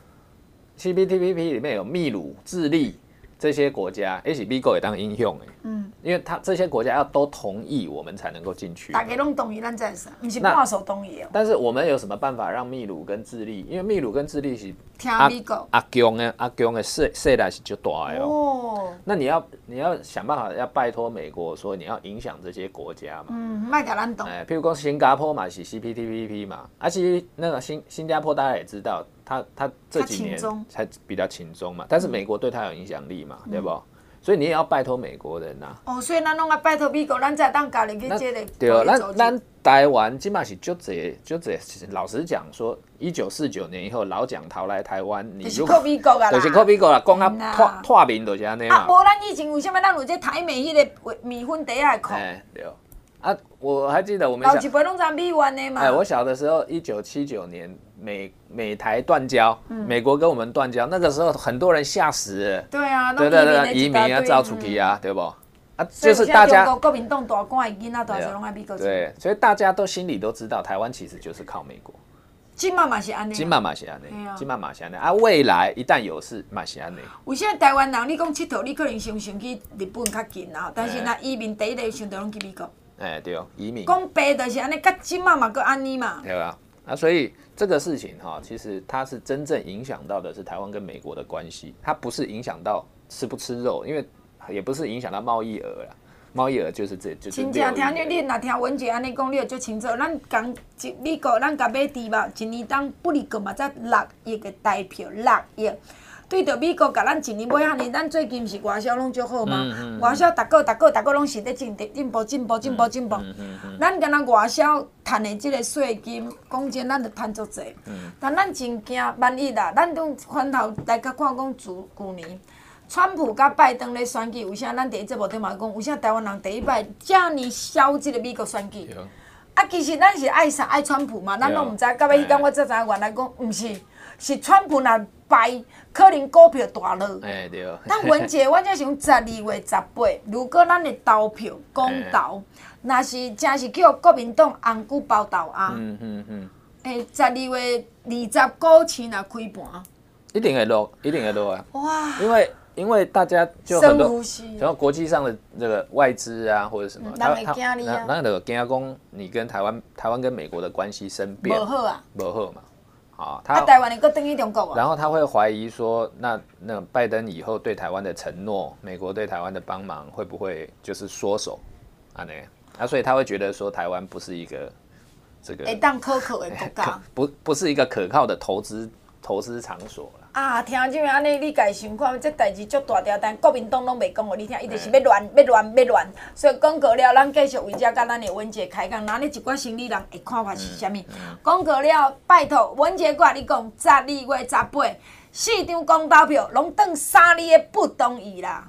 C P T P P 里面有秘鲁、智利这些国家，也是美国也当英雄诶。嗯，因为他这些国家要都同意，我们才能够进去。 大家拢同意，咱才是，不是半手同意哦。 但是我们有什么办法让秘鲁跟智利？因为秘鲁跟智利是听美国阿强的阿强的势势力是就大的哦。 哦。 那你要你要想办法要拜托美国说你要影响这些国家嘛。 嗯，莫甲咱动。 哎，譬如说新加坡嘛是 C P T P P 嘛，而、啊、且那个新新加坡大家也知道，他他这几年才比较轻松嘛，但是美国对他有影响力嘛，嗯、对不？所以你也要拜托美国人呐、啊。 哦，所以咱拢要拜托美国，咱才当加入去这个。 对哦，咱咱台湾起码是就这就这，老实讲说，一九四九年以后老蒋逃来台湾，你就是靠美国啊啦， 就是靠美国啦，讲啊脱脱面就是安尼嘛。 啊，无咱以前为什么咱有这台美迄个米粉底下裤？ 哎，对。啊，我还记得我们老一辈拢在美元的嘛。 哎，我小的时候，一九七九年美美台断交，嗯、美国跟我们断交，那个时候很多人吓死了。 对啊， 对对对，移民啊，造出去啊，对不？啊，就是大家。 中国国民党大官的囡仔，大家拢爱美国。 对，所以大家都心里都知道，台湾其实就是靠美国。 今嘛嘛是安尼。 今嘛嘛是安尼，今嘛嘛是安尼啊！未来一旦有事，嘛是安尼。 为啥台湾人你讲佚佗，你可能先想去日本较近啊，但是若移民第一个想到拢去美国。 哎、欸，对哦，移民。 讲白就是安尼，甲今嘛嘛搁安尼嘛。 对啊，啊，所以这个事情哈，其实它是真正影响到的是台湾跟美国的关系，它不是影响到吃不吃肉，因为也不是影响到贸易额啦。贸易额就是这就是。真正听你，你若听文姐安尼讲，你就足清楚。咱讲美国，咱甲买猪肉，一年当不离个嘛才六亿个台票，六亿。对着美国，甲咱一年买遐尼，咱最近是外销拢足好嘛？嗯嗯、外销逐个、逐个、逐个拢是咧进进步、进步、进步、进步。嗯嗯嗯、咱敢若外销赚的即个税金，讲真，咱着赚足济。嗯、但咱真惊，万一啦，咱拢翻头来甲看讲，自旧年，川普甲拜登咧选举，为啥咱第一节目顶嘛讲，为啥台湾人第一摆遮尔消即个美国选举？啊，其实咱是爱啥爱川普嘛，咱拢毋知。到尾迄天我才知影，原来讲毋是，是川普若败，可能股票大落。 哎，对。 咱文姐，我才想十二月十八，如果咱的投票公投，若是真是叫国民党红股包投啊。嗯嗯嗯。诶，十二月二十股市若开盘， 一定会落，一定会落啊。哇！因为。因为大家就很多，然后国际上的这个外资啊或者什么， 人会惊你啊， 那那个惊讲你跟台湾台湾跟美国的关系生变， 无好啊， 无好嘛，啊， 他台湾你搁等于中国啊， 然后他会怀疑说，那那拜登以后对台湾的承诺，美国对台湾的帮忙会不会就是缩手啊？呢啊，所以他会觉得说台湾不是一个这个会当可靠的国家， 不不是一个可靠的投资投资场所啦。 啊，听这样安尼，你家想看，这代志足大条，但国民党拢袂讲互你听，伊就是要乱、要乱、要乱。所以讲过了，咱继续为遮甲咱的文姐开讲，那你一寡生理人的看法是啥物？讲过了，拜托文姐，我你讲，十二月十八，四张公投票拢当三字的不同意啦。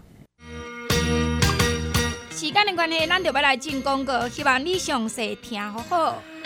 时间的关系，咱就要来进广告，希望你详细听好好。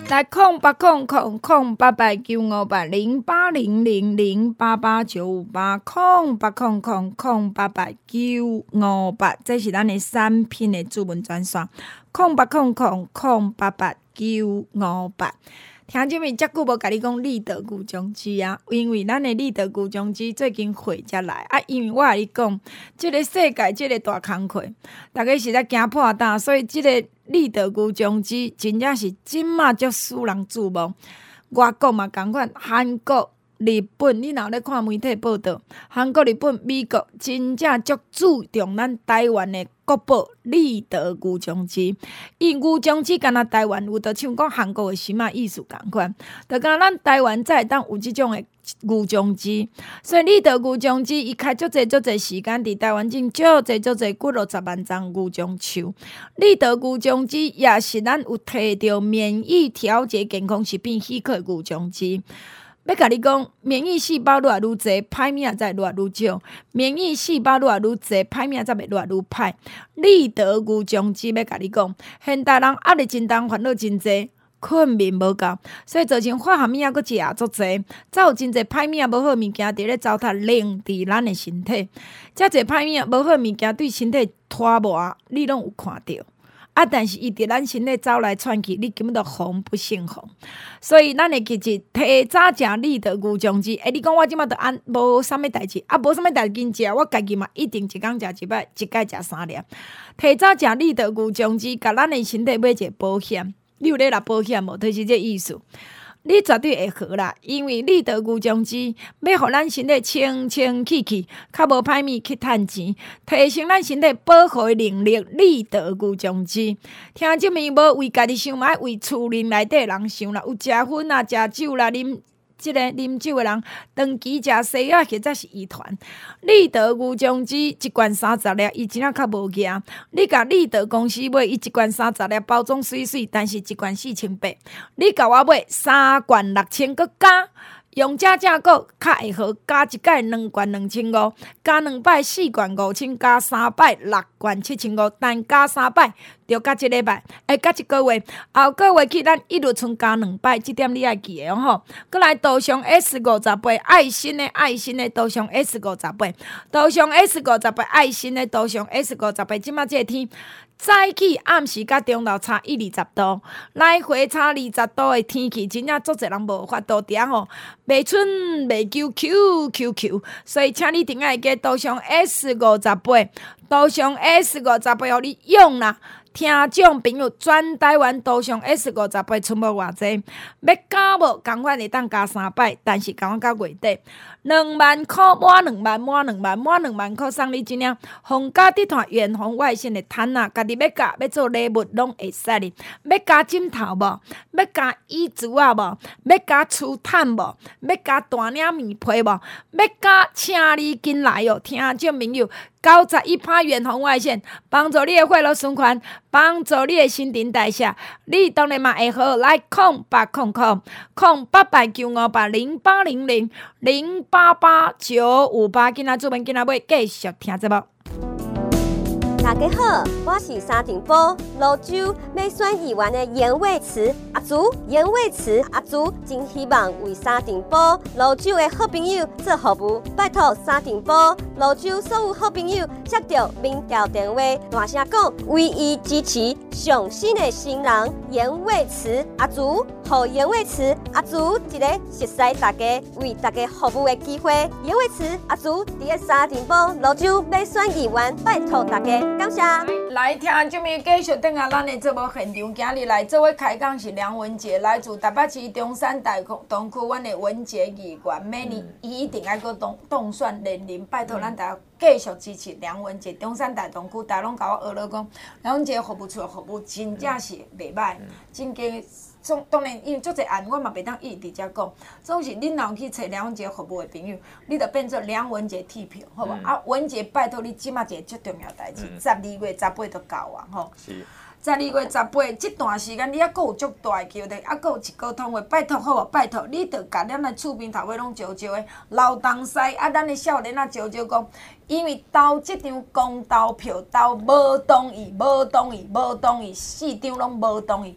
来空八空空空八八九五八零八零零零八八九五八空八空空空八八九五八，这是咱的产品的主文专线。空八空空空八八九五八。听这面遮久无甲你讲立德固中基啊，因为咱的立德固中基最近货才来啊，因为我甲你讲，即、这个世界即个大工课，大家实在惊破胆，所以即个立德固中基真正是即马足使人注目。外国嘛同款，韩国、日本，你若咧看媒体报道，韩国、日本、美国真正足注重咱台湾的国宝立德固中基。伊固中基敢若台湾有，就像讲韩国的什么意思同款，就敢若咱台湾才会当有即种的固中基。所以立德固中基伊开足侪足侪时间伫台湾种足侪足侪几落十万丛固中树。立德固中基也是咱有摕到免疫调节健康食品许可固中基。要甲你讲，免疫细胞愈来愈侪，歹命才会愈来愈少；免疫细胞愈来愈侪，歹命才会愈来愈歹。立德固中基要甲你讲，现代人压力真重，烦恼真侪，困眠无够，所以造成化学物仔佫食也足侪，才有真侪歹命无好物件伫咧糟蹋冷伫咱的身体。遮侪歹命无好物件对身体拖磨，你拢有看到。啊！但是伊伫咱身体走来窜去，你根本都防不胜防。所以咱会记住提早食立德固中基。诶，你讲我即马都安无啥物代志，啊，无啥物代志紧食，我家己嘛一定一工食一摆，一摆食三粒。提早食立德固中基，甲咱的身体买一个保险。你有咧拿保险无？就是这意思。你绝对会好啦，因为立德固中基要互咱身体清清气气，较无歹物去趁钱，提升咱身体保护的能力。立德固中基，听这面无为家己想，嘛爱为厝邻内底人想啦。有食薰啦、食酒啦、啉。即个啉酒的人，长期食西药或者是遗传。立德固中基一罐三十粒，伊真正较无价。你甲立德公司买，伊一罐三十粒包装水水，但是一罐四千八。你甲我买三罐六千，佮加。用正正个较会好，加一摆两罐两千五，加两摆四罐五千，加三摆六罐七千五，但加三摆就加一礼拜，会加一个月，后个月起咱一律剩加两摆，这点你爱记的哦吼。佮来杜尚 S 五十八，爱心的爱心的杜尚 S 五十八，杜尚 S 五十八，爱心的杜尚 S 五十八，即马这个天。早起暗时甲中昼差一二十度，来回差二十度的天气，真正足侪人无法度伫吼，袂春袂秋 Q Q Q， 所以请你顶爱加杜尚 S 五十八，杜尚 S 五十八，互你用啦。听众朋友，全台湾杜尚 S 五十八出无偌济，要加无共款会当加三摆，但是共阮到月底两万块满两万满两万满两万块送你一领皇家地毯远红外线的毯啊，家己要加要做礼物拢会使哩。要加枕头无？要加椅子啊无？要加粗毯无？要加大领棉被无？要加，请你紧来哦，听众朋友。九十一趴远红外线，帮助你的血液循环，帮助你的新陈代谢。你当然嘛会好，来空八空空空八八九五八零八零零零八八九五八，今仔主文今仔要继续听节目。 大家好，我是沙尘波泸州要选议员的严伟慈阿祖，严伟慈阿祖真希望为沙尘波泸州的好朋友做服务，拜托沙尘波泸州所有好朋友接到民调电话，大声讲唯一支持上新的新人严伟慈阿祖，予严伟慈阿祖一个熟悉大家、为大家服务的机会。严伟慈阿祖伫个沙尘波泸州要选议员，拜托大家。感谢。 来听这边继续等下咱的节目现场，今日来做位开讲是梁文杰，来自台北市中山大东区，阮的文杰议员，每年伊一定爱搁当当选连任，拜托咱大家继续支持梁文杰。中山大东区，大家拢甲我学了讲，梁文杰服务处的服务真正是袂歹，真加。总当然，因为足侪案，我嘛袂当一直直接讲。总是恁若去找梁文杰服务的朋友，你着变做梁文杰贴票，好无？嗯、啊，文杰拜托你，即马一个最重要代志，十二、嗯、月十八就到啊，吼。是。十二月十八这段时间，你还佫有足大的桥的，还佫有一沟通话，拜托好无？拜托，你着甲咱的厝边头尾拢招招的，老东西啊，咱的少年仔招招讲，因为投即张公投票投无同意，无同意，无同意，四张拢无同意。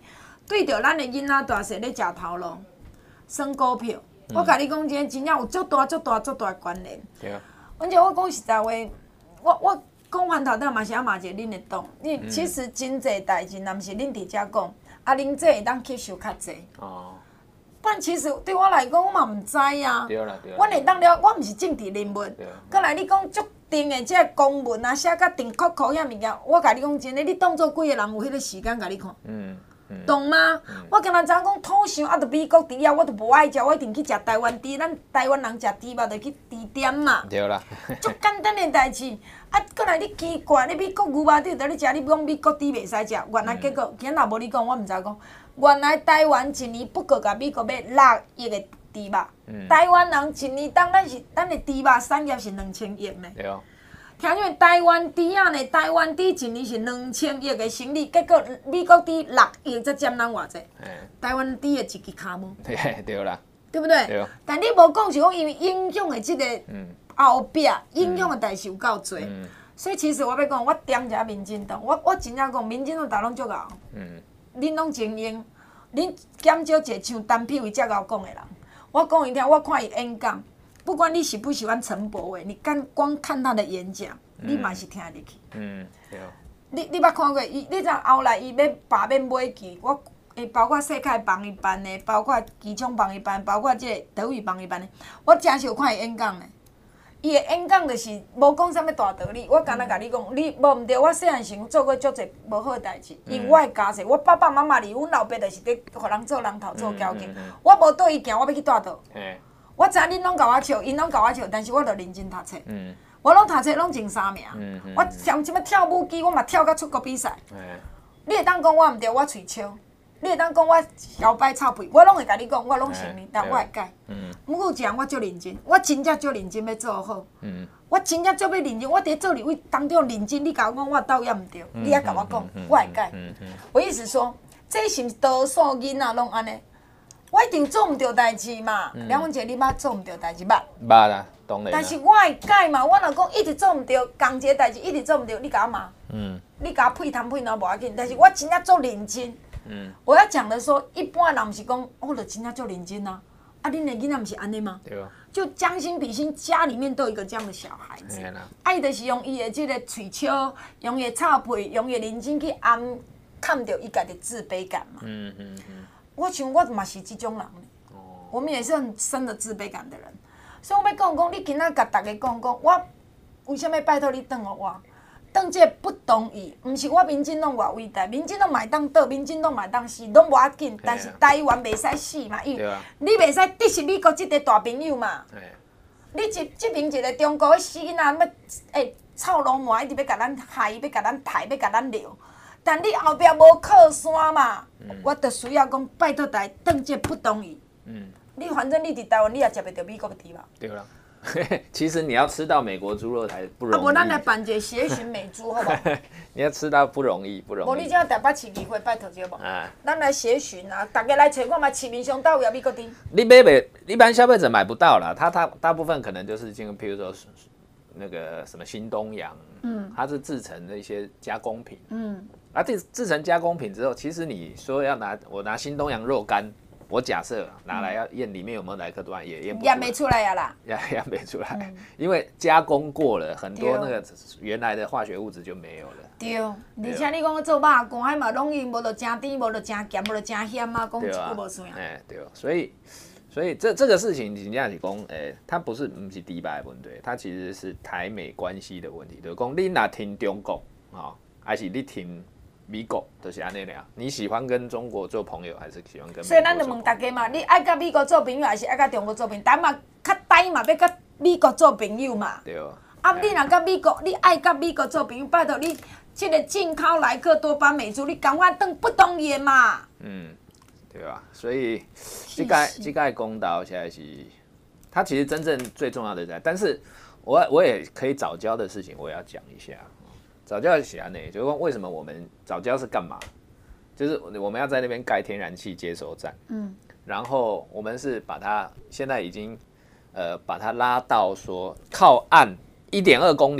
对着咱的囡仔大细咧食头路，算股票。嗯、我甲你讲，真真正有足大、足大、足大的关联。 对啊。 而且我讲实在话，我我讲完头顶嘛是啊骂者恁的党。你、嗯、其实真济代志，若毋是恁伫遮讲，啊恁这会当吸收较济。哦。但其实对我来讲，我嘛毋知啊。 对啦对啦。 我会当了，我毋是政治人物。对。过来你讲足定的这公文啊，写甲定扣扣遐物件，我甲你讲真诶，你当做几个人有迄个时间甲你看？嗯。懂吗？嗯、我今仔早讲土象啊，着美国猪啊，我着无爱食，我一定去食台湾猪。咱台湾人食猪肉，着去猪店嘛。 对啦。 足简单的代志，啊，过来你奇怪，你美国牛肉你着你食，你讲美国猪袂使食，原来结果今仔无你讲，我毋知讲，原来台湾一年不过甲美国买六亿的猪肉，嗯、台湾人一年当咱是咱的猪肉产业是两千亿呢。 对哦。 听说台湾猪仔呢，台湾猪一年是两千亿的生理，结果美国猪六亿才占咱偌济。台湾猪的一支骹毛。 对对啦。 对不对？对。但你无讲是讲因为影响的即个后壁，影响的代志有够多。嗯。所以其实我要讲，我点一下民进党，我我真正讲，民进党大拢足牛。嗯。恁拢精英，恁减少一个像陈皮为遮牛讲的人。我讲伊听，我看伊演讲。不管你喜不喜欢陈柏惟，你干光看他的演讲，嗯、你嘛是听得入去。嗯，对。你你捌看过伊？你知后来伊要罢免买旗，我诶包括世界帮伊办的，包括机枪帮伊办，包括即个德语帮伊办的，我真是有看伊演讲的。伊的演讲就是无讲啥物大道理，我敢若甲你讲，你无毋对，我细汉时做过足侪无好诶代志，因为我的家世，我爸爸妈妈离，阮老爸就是伫互人做人头做交警，我无对伊行，我要去带倒。我知恁拢甲我笑，因拢甲我笑，但是我著认真读册。嗯、我拢读册拢前三名。嗯嗯、我上即摆跳舞机，我嘛跳到出国比赛。嗯、你会当讲我毋对，我喙笑；你会当讲我摇摆臭屁，我拢会甲你讲，我拢承认，但我会改。毋过有一项我足认真，我真正足认真要做好。嗯、我真正足要认真，我伫做立委当中认真，你甲我讲我倒也毋对，嗯、你还甲我讲，嗯、我会改。嗯嗯、我意思说，这是多数囡仔拢安尼。我一定做唔到代志嘛，梁文杰，你捌做唔到代志捌？ 捌啦，当然。 但是我会改嘛，我若讲一直做唔到，同一个代志一直做唔到，你甲我骂，嗯，你甲我配谈配谈无要紧，但是我真正做认真。嗯，我要讲的说，一般人毋是讲，我著真正做认真啊，啊，恁的囡仔毋是安尼吗？对啊。就将心比心，家里面都有一个这样的小孩子，爱的是用伊的这个喙笑，用伊的臭屁，用伊的认真去安看到伊家的自卑感嘛。嗯嗯嗯。我想我嘛是这种人呢，我们也是很深的自卑感的人，所以我要讲讲，你今仔甲大家讲讲，我为什么拜托你等我？等这不同意，唔是我民进党偌伟大，民进党嘛会当倒，民进党嘛会当死，拢无要紧。但是台湾袂使死嘛，因为你袂使敌视美国这个大朋友嘛。你这这边一个中国的死囡仔，要诶臭流氓一直要甲咱害，要甲咱抬，要甲咱撩。但你后壁无靠山嘛，嗯、我就需要讲拜托大家当这不同意。嗯，你反正你伫台湾，你也食袂到美国的猪肉。 对啦，其实你要吃到美国猪肉才不容易。 啊，无咱来办一个协寻美猪，好不好？ 你要吃到不容易，不容易。 无你只要台北市议会拜托一下无？啊，咱来协寻啊，大家来找看嘛，市面上到有美国猪。 你买袂，一般消费者买不到啦，他他大部分可能就是进，譬如说那个什么新东阳，嗯，它是制成的一些加工品，嗯。啊，制制成加工品之后，其实你说要拿我拿新东阳肉干，我假设拿来要验里面有没有莱克多巴胺，也验不验没出来呀啦， 验验没出来，嗯、因为加工过了，很多那个原来的化学物质就没有了。 对，而且你讲做肉干，迄嘛拢伊无就真甜，无就真咸，无就真咸啊，讲一句无算。 哎，对，所以所以这这个事情，真正是讲，诶，它不是不是迪拜的问题，它其实是台美关系的问题。就是讲，你若听中国啊，还是你听？美国就是安尼俩，你喜欢跟中国做朋友，还是喜欢跟美国做朋友？ 所以咱就问大家嘛，你爱跟美国做朋友，还是爱跟中国做朋友？咱嘛较呆嘛，要跟美国做朋友嘛。对。啊，你若跟美国，你爱跟美国做朋友，拜托你，这个进口莱克多巴美猪，你赶快等不同意嘛。嗯， 对吧？所以这个这个公道现在是，它其实真正最重要的在，但是我我也可以早教的事情，我也要讲一下。早教是安内，就是说为什么我们早教是干嘛？就是我们要在那边盖天然气接收站，嗯，然后我们是把它现在已经呃把它拉到说靠岸一点二公里啊，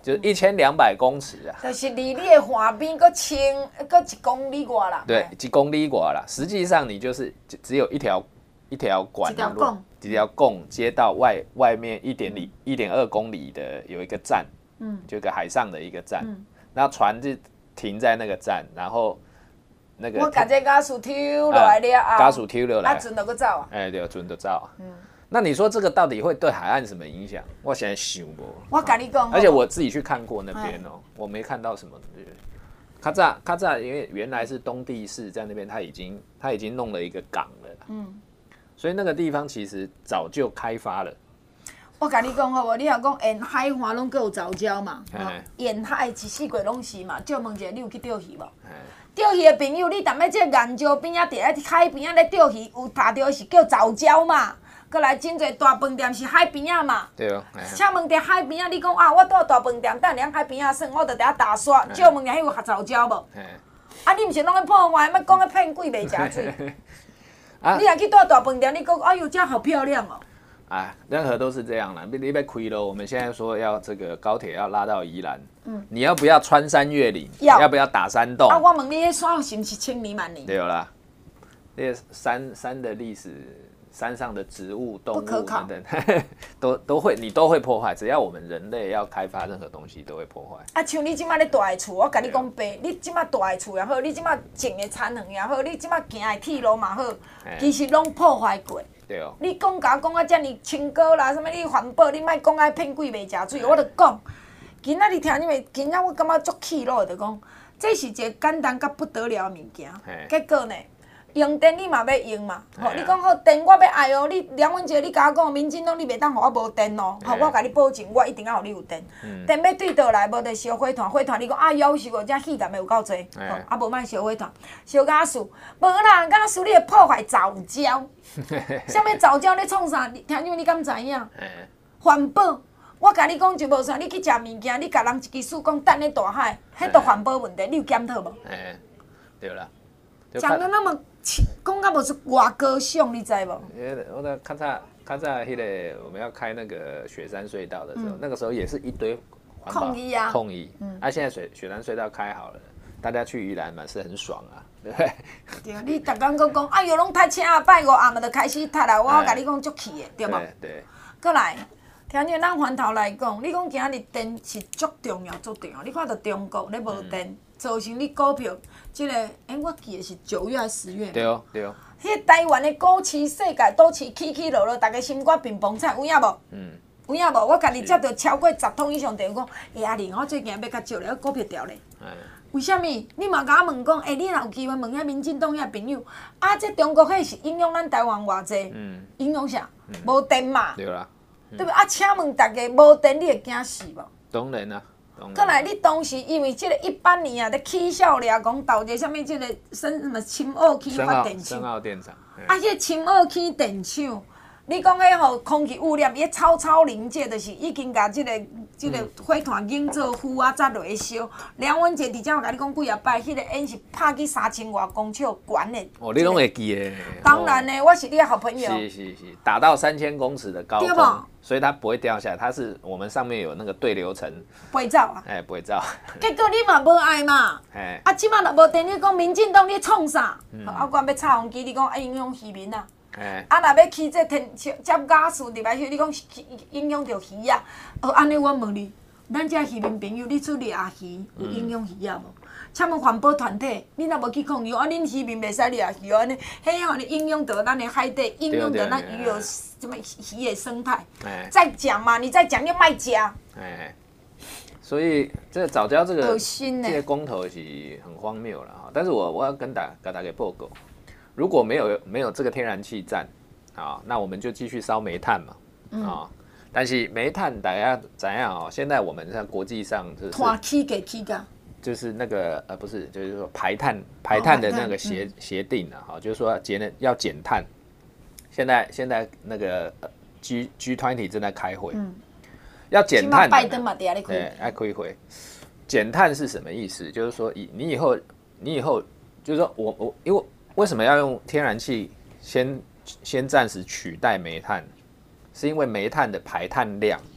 就是一千两百公尺啊， 就是离你的岸边搁千搁一公里外啦。 对，几公里外啦。实际上你就是只有一条一条管， 一条供， 几条供接到外外面一点里一点二公里的有一个站，嗯，就一个海上的一个站，嗯，然后船就停在那个站，然后那个我把这家属抽落来了后， 家属抽落来， 啊，船就搁走啊。 哎，对，船就走啊。嗯。那你说这个到底会对海岸什么影响？我现在想不。 我跟你讲， 而且我自己去看过那边哦，我没看到什么。卡扎卡扎，因为原来是东帝汜在那边，他已经他已经弄了一个港了，嗯，所以那个地方其实早就开发了。 我跟你讲好无，你若讲沿海岸拢有藻礁嘛，沿海一四季拢是嘛。借问一下，你有去钓鱼无？钓鱼的朋友，你踮咧这岩礁边啊，伫咧海边啊咧钓鱼，有打到是叫藻礁嘛？过来真侪大饭店是海边啊嘛。 对哦。 请问伫海边啊，你讲啊，我住大饭店，等两海边啊耍，我着伫遐打刷。借问一下，迄有合藻礁无？啊，你毋是拢咧破坏，要讲咧骗鬼袂食水。你若去住大饭店，你讲哎呦，这好漂亮哦。 啊，任何都是这样啦。你被亏了，我们现在说要这个高铁要拉到宜兰，嗯，你要不要穿山越岭？要，要不要打山洞？ 啊，我问你，迄山是毋是千年万年？ 对啦，那个山山的历史，山上的植物、动物等等，都都会你都会破坏。只要我们人类要开发任何东西，都会破坏。 啊，像你即摆咧住的厝，我甲你讲白，你即摆住的厝也好，你即摆种的田园也好，你即摆行的铁路嘛好，其实拢破坏过。 对哦。 你讲甲我讲啊，遮尔清高啦，什么你环保，你莫讲爱骗鬼袂食水，我着讲。今仔日听你们，今仔我感觉足气恼，着讲这是一个简单甲不得了的物件。结果呢，用电你嘛要用嘛，吼、啊！你讲好电我要爱哦，你梁文杰你甲我讲，民进党你袂当互我无电哦，吼、啊！我甲你保证，我一定要互你有电。嗯、电要对倒来，无得烧火炭，火炭你讲啊，夭寿哦，遮气淡的有够济，吼、啊！啊无莫烧火炭，烧甲树，无啦，甲树你会破坏藻礁。啥物藻礁咧创啥？听众你敢知影？环保，我甲你讲就无啥，你去食物件，你甲人一支树讲等咧大海，迄都环保问题，你有检讨无？ 哎，对啦。 讲得那么，讲到无是外高尚，你知无？ 我那较早较早迄个我们要开那个雪山隧道的时候，嗯、那个时候也是一堆抗议啊， 抗议。嗯，啊，现在雪雪山隧道开好了，大家去宜兰嘛是很爽啊，对不对？ 对，你逐工讲讲，哎呦，拢塞车啊，拜五暗嘛就开始塞啦，我甲你讲足气的，对无？ 对对。 过来，听见咱回头来讲，你讲今日电是足重要足重要，你看到中国咧无电。嗯，造成你股票，即、这个，哎，我记得是九月还是十月？ 对哦，对哦。 迄台湾的股市世界都市起起落落，大家心肝乒乓菜，有影无？嗯。有影无？我家己接到超过十通以上电话，讲，哎阿玲，我最近要较少咧，股票掉咧。哎。为什么？你嘛甲我问讲，哎、欸，你若有机会问遐民进党遐朋友，啊，这中国迄是影响咱台湾偌济？嗯。影响啥？无、嗯、电嘛。 对啦。 嗯、对不？啊，请问大家无电，你会惊死无？ 当然啦。 过来，你当时因为即个一八年啊，咧起笑咧讲投一个啥物即个什什么深澳区发电厂， 深澳电厂。 啊，迄个深澳区电厂，你讲迄吼空气污染，伊超超临界，就是已经甲即、这个即、这个火炭引做灰啊，才落去烧。梁文杰伫遮我甲你讲几啊摆，迄、那个烟是拍去三千外公尺悬的。 哦，你拢会记的。 当然呢，我是你的好朋友。 是是是，打到三千公尺的高空。所以它不会掉下来，它是我们上面有那个对流层， 不会走啊。 哎，不会走。 结果你嘛无爱嘛，哎，啊，即马若无电，你讲民进党你创啥？嗯、啊，我要插风机，你讲啊影响渔民啊。哎。啊，若要起这天接假树入来去，你讲影响着鱼啊。哦，安尼我问你，咱遮渔民朋友，你出掠鱼有影响鱼啊无？请问环保团体，你若无去抗议，啊，恁渔民袂使掠鱼安尼，迄吼你影响到咱的海底，影响到咱鱼儿什么鱼的生态。再讲嘛，你再讲你卖家。哎， 所以这个藻礁这个这个公投是很荒谬了哈。但是我我要跟大跟大家报告，如果没有没有这个天然气站，啊，那我们就继续烧煤炭嘛，啊、嗯。但是煤炭大家怎样哦？现在我们在国际上就是碳起给起噶。 就是那个呃不是，就是说排碳排碳的那个协协、嗯、定啊，哈，就是说节能要减碳。现在现在那个 G G 二十正在开会，嗯、要减碳。 拜登嘛，底下咧对，爱开会。减碳是什么意思？就是说以你以后你以后就是说我我因为为什么要用天然气先先暂时取代煤炭？是因为煤炭的排碳量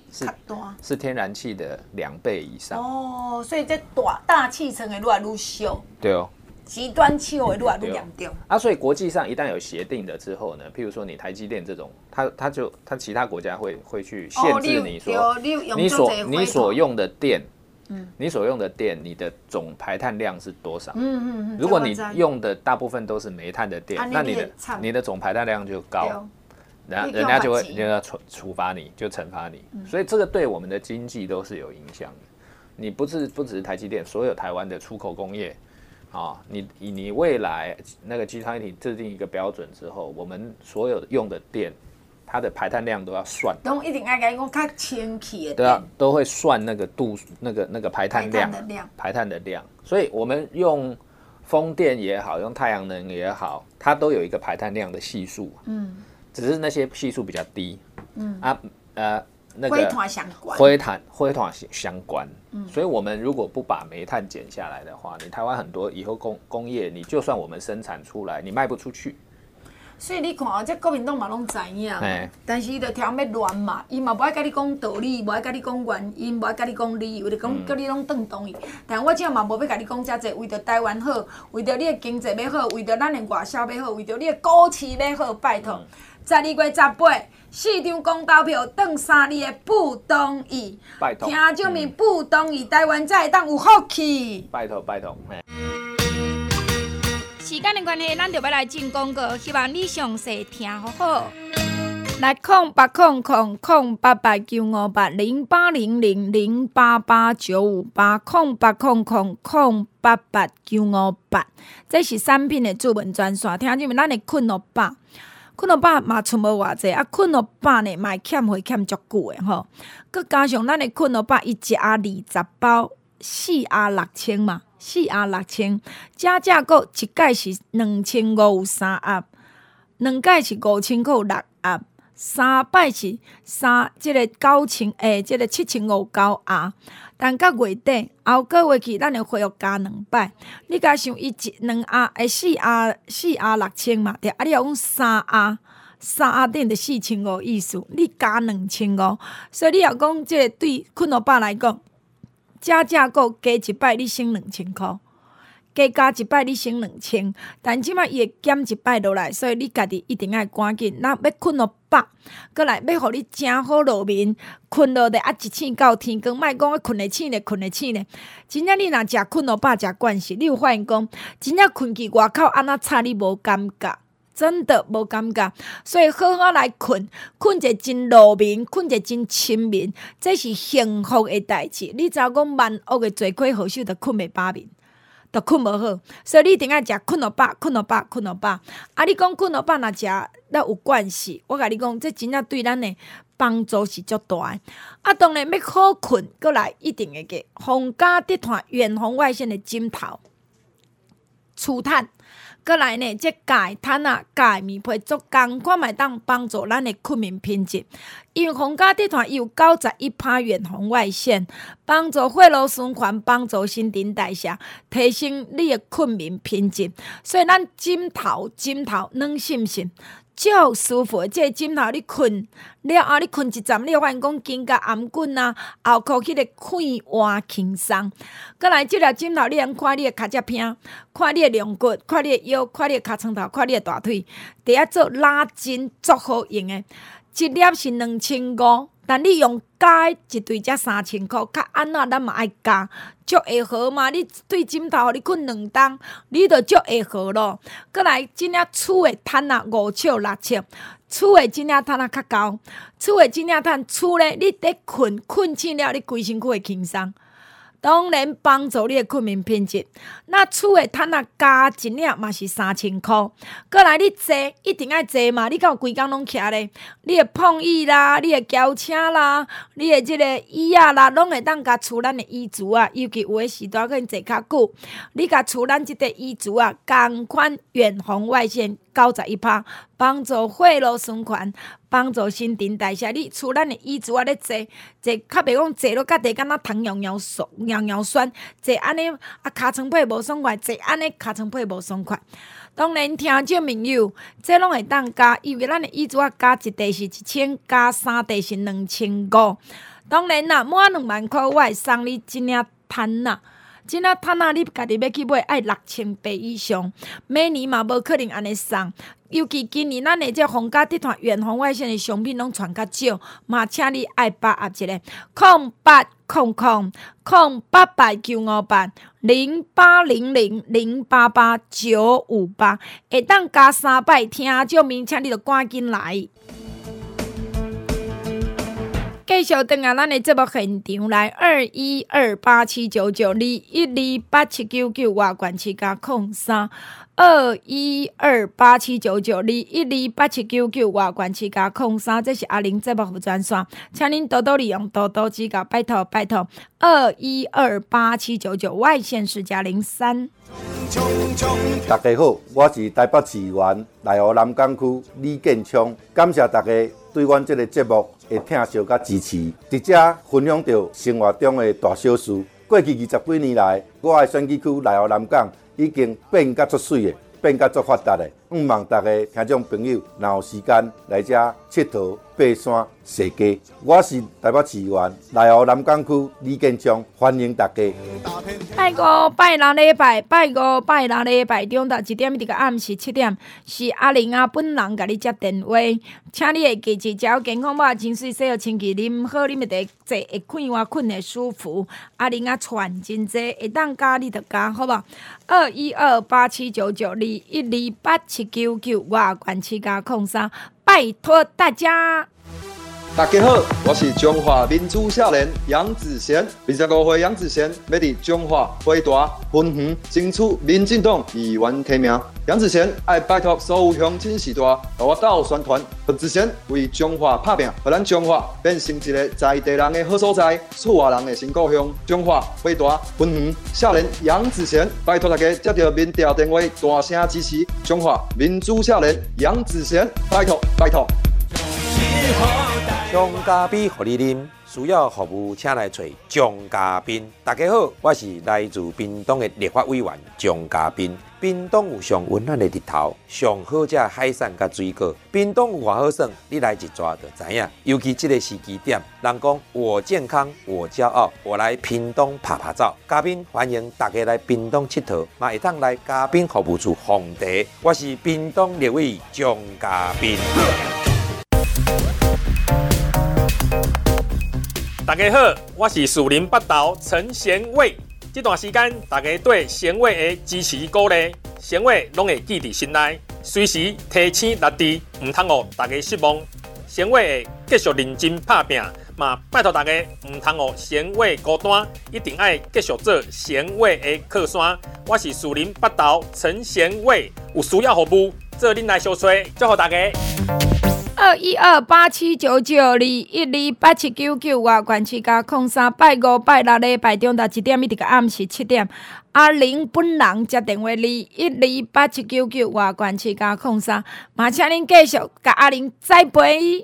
是较大， 是天然气的两倍以上。 哦，所以这大大气层会愈来愈小， 对哦。 极端气候会愈来愈严重。 啊，所以国际上一旦有协定了之后呢，譬如说你台积电这种，它它就它其他国家会会去限制你说， 哦、你, 你, 你所你所用的电，嗯，你所用的电，你的总排碳量是多少？嗯嗯嗯。如果你用的大部分都是煤炭的电，啊、那你的你的总排碳量就高，人人家就会就要处处罚你，就惩罚你、嗯。所以这个对我们的经济都是有影响的。你不是不只是台积电，所有台湾的出口工业。啊、哦，你你未来那个集团体制定一个标准之后，我们所有用的电，它的排碳量都要算。 都一定要讲讲较清气的。 对啊，都会算那个度，那个那个排碳量， 排碳的量， 排碳的量。所以我们用风电也好，用太阳能也好，它都有一个排碳量的系数。嗯，只是那些系数比较低。嗯啊呃。那个灰团相关， 灰炭灰团相关、嗯，所以我们如果不把煤炭减下来的话，你台湾很多以后工工业，你就算我们生产出来，你卖不出去。 所以你看哦，这国民党嘛拢知影，但是伊就挑要乱嘛，伊嘛无爱甲你讲道理，无爱甲你讲原因，无爱甲你讲理由，就讲叫你拢当同意。但我这嘛无要甲你讲遮济，为着台湾好，为着你的经济要好，为着咱的外销要好，为着你的股市要好，拜托。十二月十八，市场公投票当三日的不同意， 拜托， 听众们不同意，台湾才会当有福气。 拜托拜托。 时间的关系，咱就要来进广告，希望你详细听好好。来空八空空空八八九五八零八零零零八八九五八空八空空空八八九五八，这是产品的主文专线。听众们，咱的困乐吧。困乐饱嘛出无偌济，啊困乐饱呢嘛欠货欠足久的吼，佮加上咱的困乐饱伊一盒二十包，四盒六千嘛，四盒六千，加价购一届是两千五有三盒，两届是五千块六盒，三摆是三即、這个九千诶，即、這個七千五九盒。但到月底后个月起，咱会恢复加两摆。你甲想伊一两盒诶，四盒四盒六千嘛，对啊，你若讲三盒三盒顶就四千五意思，你加两千五，所以你若讲即个对困乐饱来讲，加价购加一摆你省两千箍。加加一摆你省两千，但即摆伊会减一摆落来，所以你家己一定要赶紧。咱要困乐饱，过来要互你真好落眠，困落的啊一醒到天光，莫讲困会醒咧，困会醒咧。真正你若食困乐饱食惯势，你有发现讲，真正困去外口安那吵你无感觉。真的无感觉，所以好好来困，困者真落眠，困者真亲民，这是幸福的代志。你知影讲万恶的罪魁祸首，就困袂饱眠。都困无好，所以你一定要食困乐饱，困乐饱，困乐饱。啊，你讲困乐饱若食，咱有惯势，我甲你讲，这真正对咱的帮助是足大的。啊，当然要好困，过来一定会个皇家集团远红外线的枕头、除碳。过来呢，这钙碳啊、钙棉被足共款嘛当帮助咱的困眠品质。因为皇家集团有九十一趴远红外线，帮助血路循环，帮助新陈代谢，提升你的困眠品质。所以咱枕头、枕头软信信。足舒服，即、这个枕头你困了后，你困一站，你会发现讲肩胛颔棍啊、后裤迄个快活轻松。过来，即个枕头你通看你的脚趾片，看你的龙骨，看你的腰，看你的脚床头，看你的大腿，伫遐做拉筋，足好用的。一粒是两千五，但你用加一对才三千箍，较安怎咱嘛爱加，足会好嘛？你对枕头，你困两冬，你就足会好咯。过来，真正厝的毯啊，五尺六尺，厝的真正毯啊较高，厝的真正毯，厝咧你得困，困醒了，你规身躯会轻松。当然帮助你的困眠品质。那厝的毯啊加一领嘛是三千箍。过来你坐一定要坐嘛，你敢有规工拢徛咧？你的碰椅啦，你的轿车啦，你的即个椅仔啦，拢会当甲厝咱的椅子啊，尤其有诶时段可能坐较久，你甲厝咱即个椅子啊，同款远红外线九十一趴，帮助血路循环。帮助新陈代谢，你厝咱的椅子啊，咧坐坐，较袂讲坐落甲地，敢若糖摇摇酸，摇摇酸，坐安尼啊，尻川皮无爽快，坐安尼尻川皮无爽快。当然，听众朋友，这拢会当加，因为咱的椅子啊，加一地是一千，加三地是两千五。 当然啦，满两万块我会送你一领毯啦。即仔毯仔你家己要去买，爱六千八以上，每年嘛无可能安尼送。尤其今年咱的这皇家集团远红外线的商品拢传较少，嘛请你爱把握一个空八空空空八八九五八零八零零零八八九五八，会当加三摆听这名，请你着赶紧来。继续登啊，咱的节目现场来二一二八七九九二一二八七九九外管七加空三二一二八七九九二一二八七九九外管七加空三，这是阿玲节目服专线，请恁多多利用，多多指教，拜托拜托。二一二八七九九外线是加零三。 大家好，我是台北市议员内湖南港区李建昌，感谢大家对阮这个节目会听小甲支持，直接分享到生活中的大小事。过去二十几年来，我的选举区内湖南港已经变甲足水的，变甲足发达的。希望大家听众朋友，若有时间来这佚佗、爬山、踅街。我是台北市议员内湖南港区李建昌，欢迎大家。 拜五拜六礼拜，拜五拜六礼拜中昼一点一直到暗时七点，是阿玲啊本人甲你接电话，请你会记住，只要健康饱、清水洗好、清气啉好，啉的坐会困活困的舒服。阿玲啊喘真济，会当加你就加，好无？二一二八七九九二一二八七九九外管七加空三，拜托大家。 大家好，我是中华民主少年杨子贤，二十五岁杨子贤要伫中华花大分园争取民进党议员提名。杨子贤爱拜托所有乡亲时代，和我斗宣传，杨子贤为中华打拼，让咱中华变成一个在地人的好所在，厝外人的新故乡。中华花大分园少年杨子贤，拜托大家接到民调电话，大声支持中华民主少年杨子贤，拜托拜托。 姜咖啡互你啉，需要服务请来找姜咖啡。大家好，我是来自屏东的立法委员姜咖啡。屏东有上温暖的日头，上好食海产甲水果。屏东有偌好耍，你来一抓就知影。尤其这个时机点，人讲我健康我骄傲，我来屏东拍拍照。嘉宾欢迎大家来屏东佚佗，嘛会当来嘉宾服务处奉茶。我是屏东立委姜咖啡。 大家好，我是树林北投陈贤伟。这段时间，大家对贤伟的支持鼓励，贤伟拢会记伫心内，随时提醒力治，唔通互大家失望。贤伟会继续认真打拼，嘛拜托大家唔通互贤伟孤单，一定爱继续做贤伟的靠山。我是树林北投陈贤伟，有需要服务，做恁来相催，祝福大家。 二一二八七九九二一二八七九九外管七加空三，拜五拜六礼拜中昼一点一直到暗时七点。阿玲本人接电话二一二八七九九外管七加空三，嘛请恁继续甲阿玲栽培。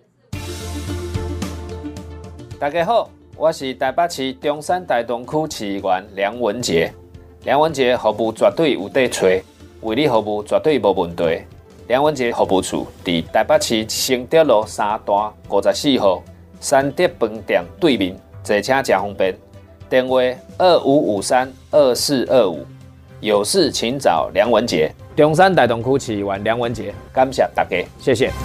大家好，我是台北市中山大东区市议员梁文杰。梁文杰服务绝对有得找，为你服务绝对无问题。梁文杰服务处伫台北市承德路三段五十四号三德饭店对面，坐车真方便。电话二五五三二四二五，有事请找梁文杰。中山大东区市议员梁文杰，感谢大家，谢谢。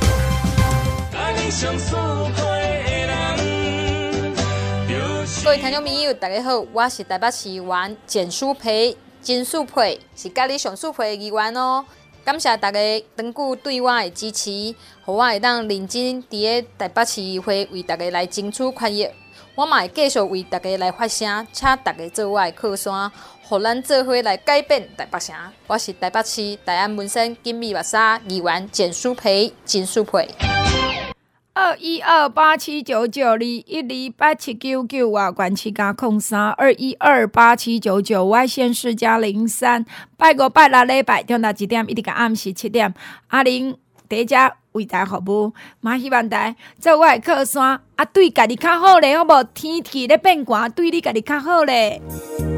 各位听众朋友，大家好，我是台北市议员简淑培，金淑培是家里上淑培的议员哦。感谢大家长久对我的支持，让我会当认真伫个台北市议会为大家来争取权益。我嘛会继续为大家来发声，请大家做我的靠山，互咱做伙来改变台北城。我是台北市大安文山金美目沙议员简淑培，金淑培。 二一二八七九九二一二八七九九外管七加空三二一二八七九九外线是加零三。拜五拜六礼拜中昼一点一直到暗时七点，阿玲第一只为大家服务，嘛希望大家做我的靠山，啊对家己较好咧，好无？天气咧变寒，对你家己较好咧。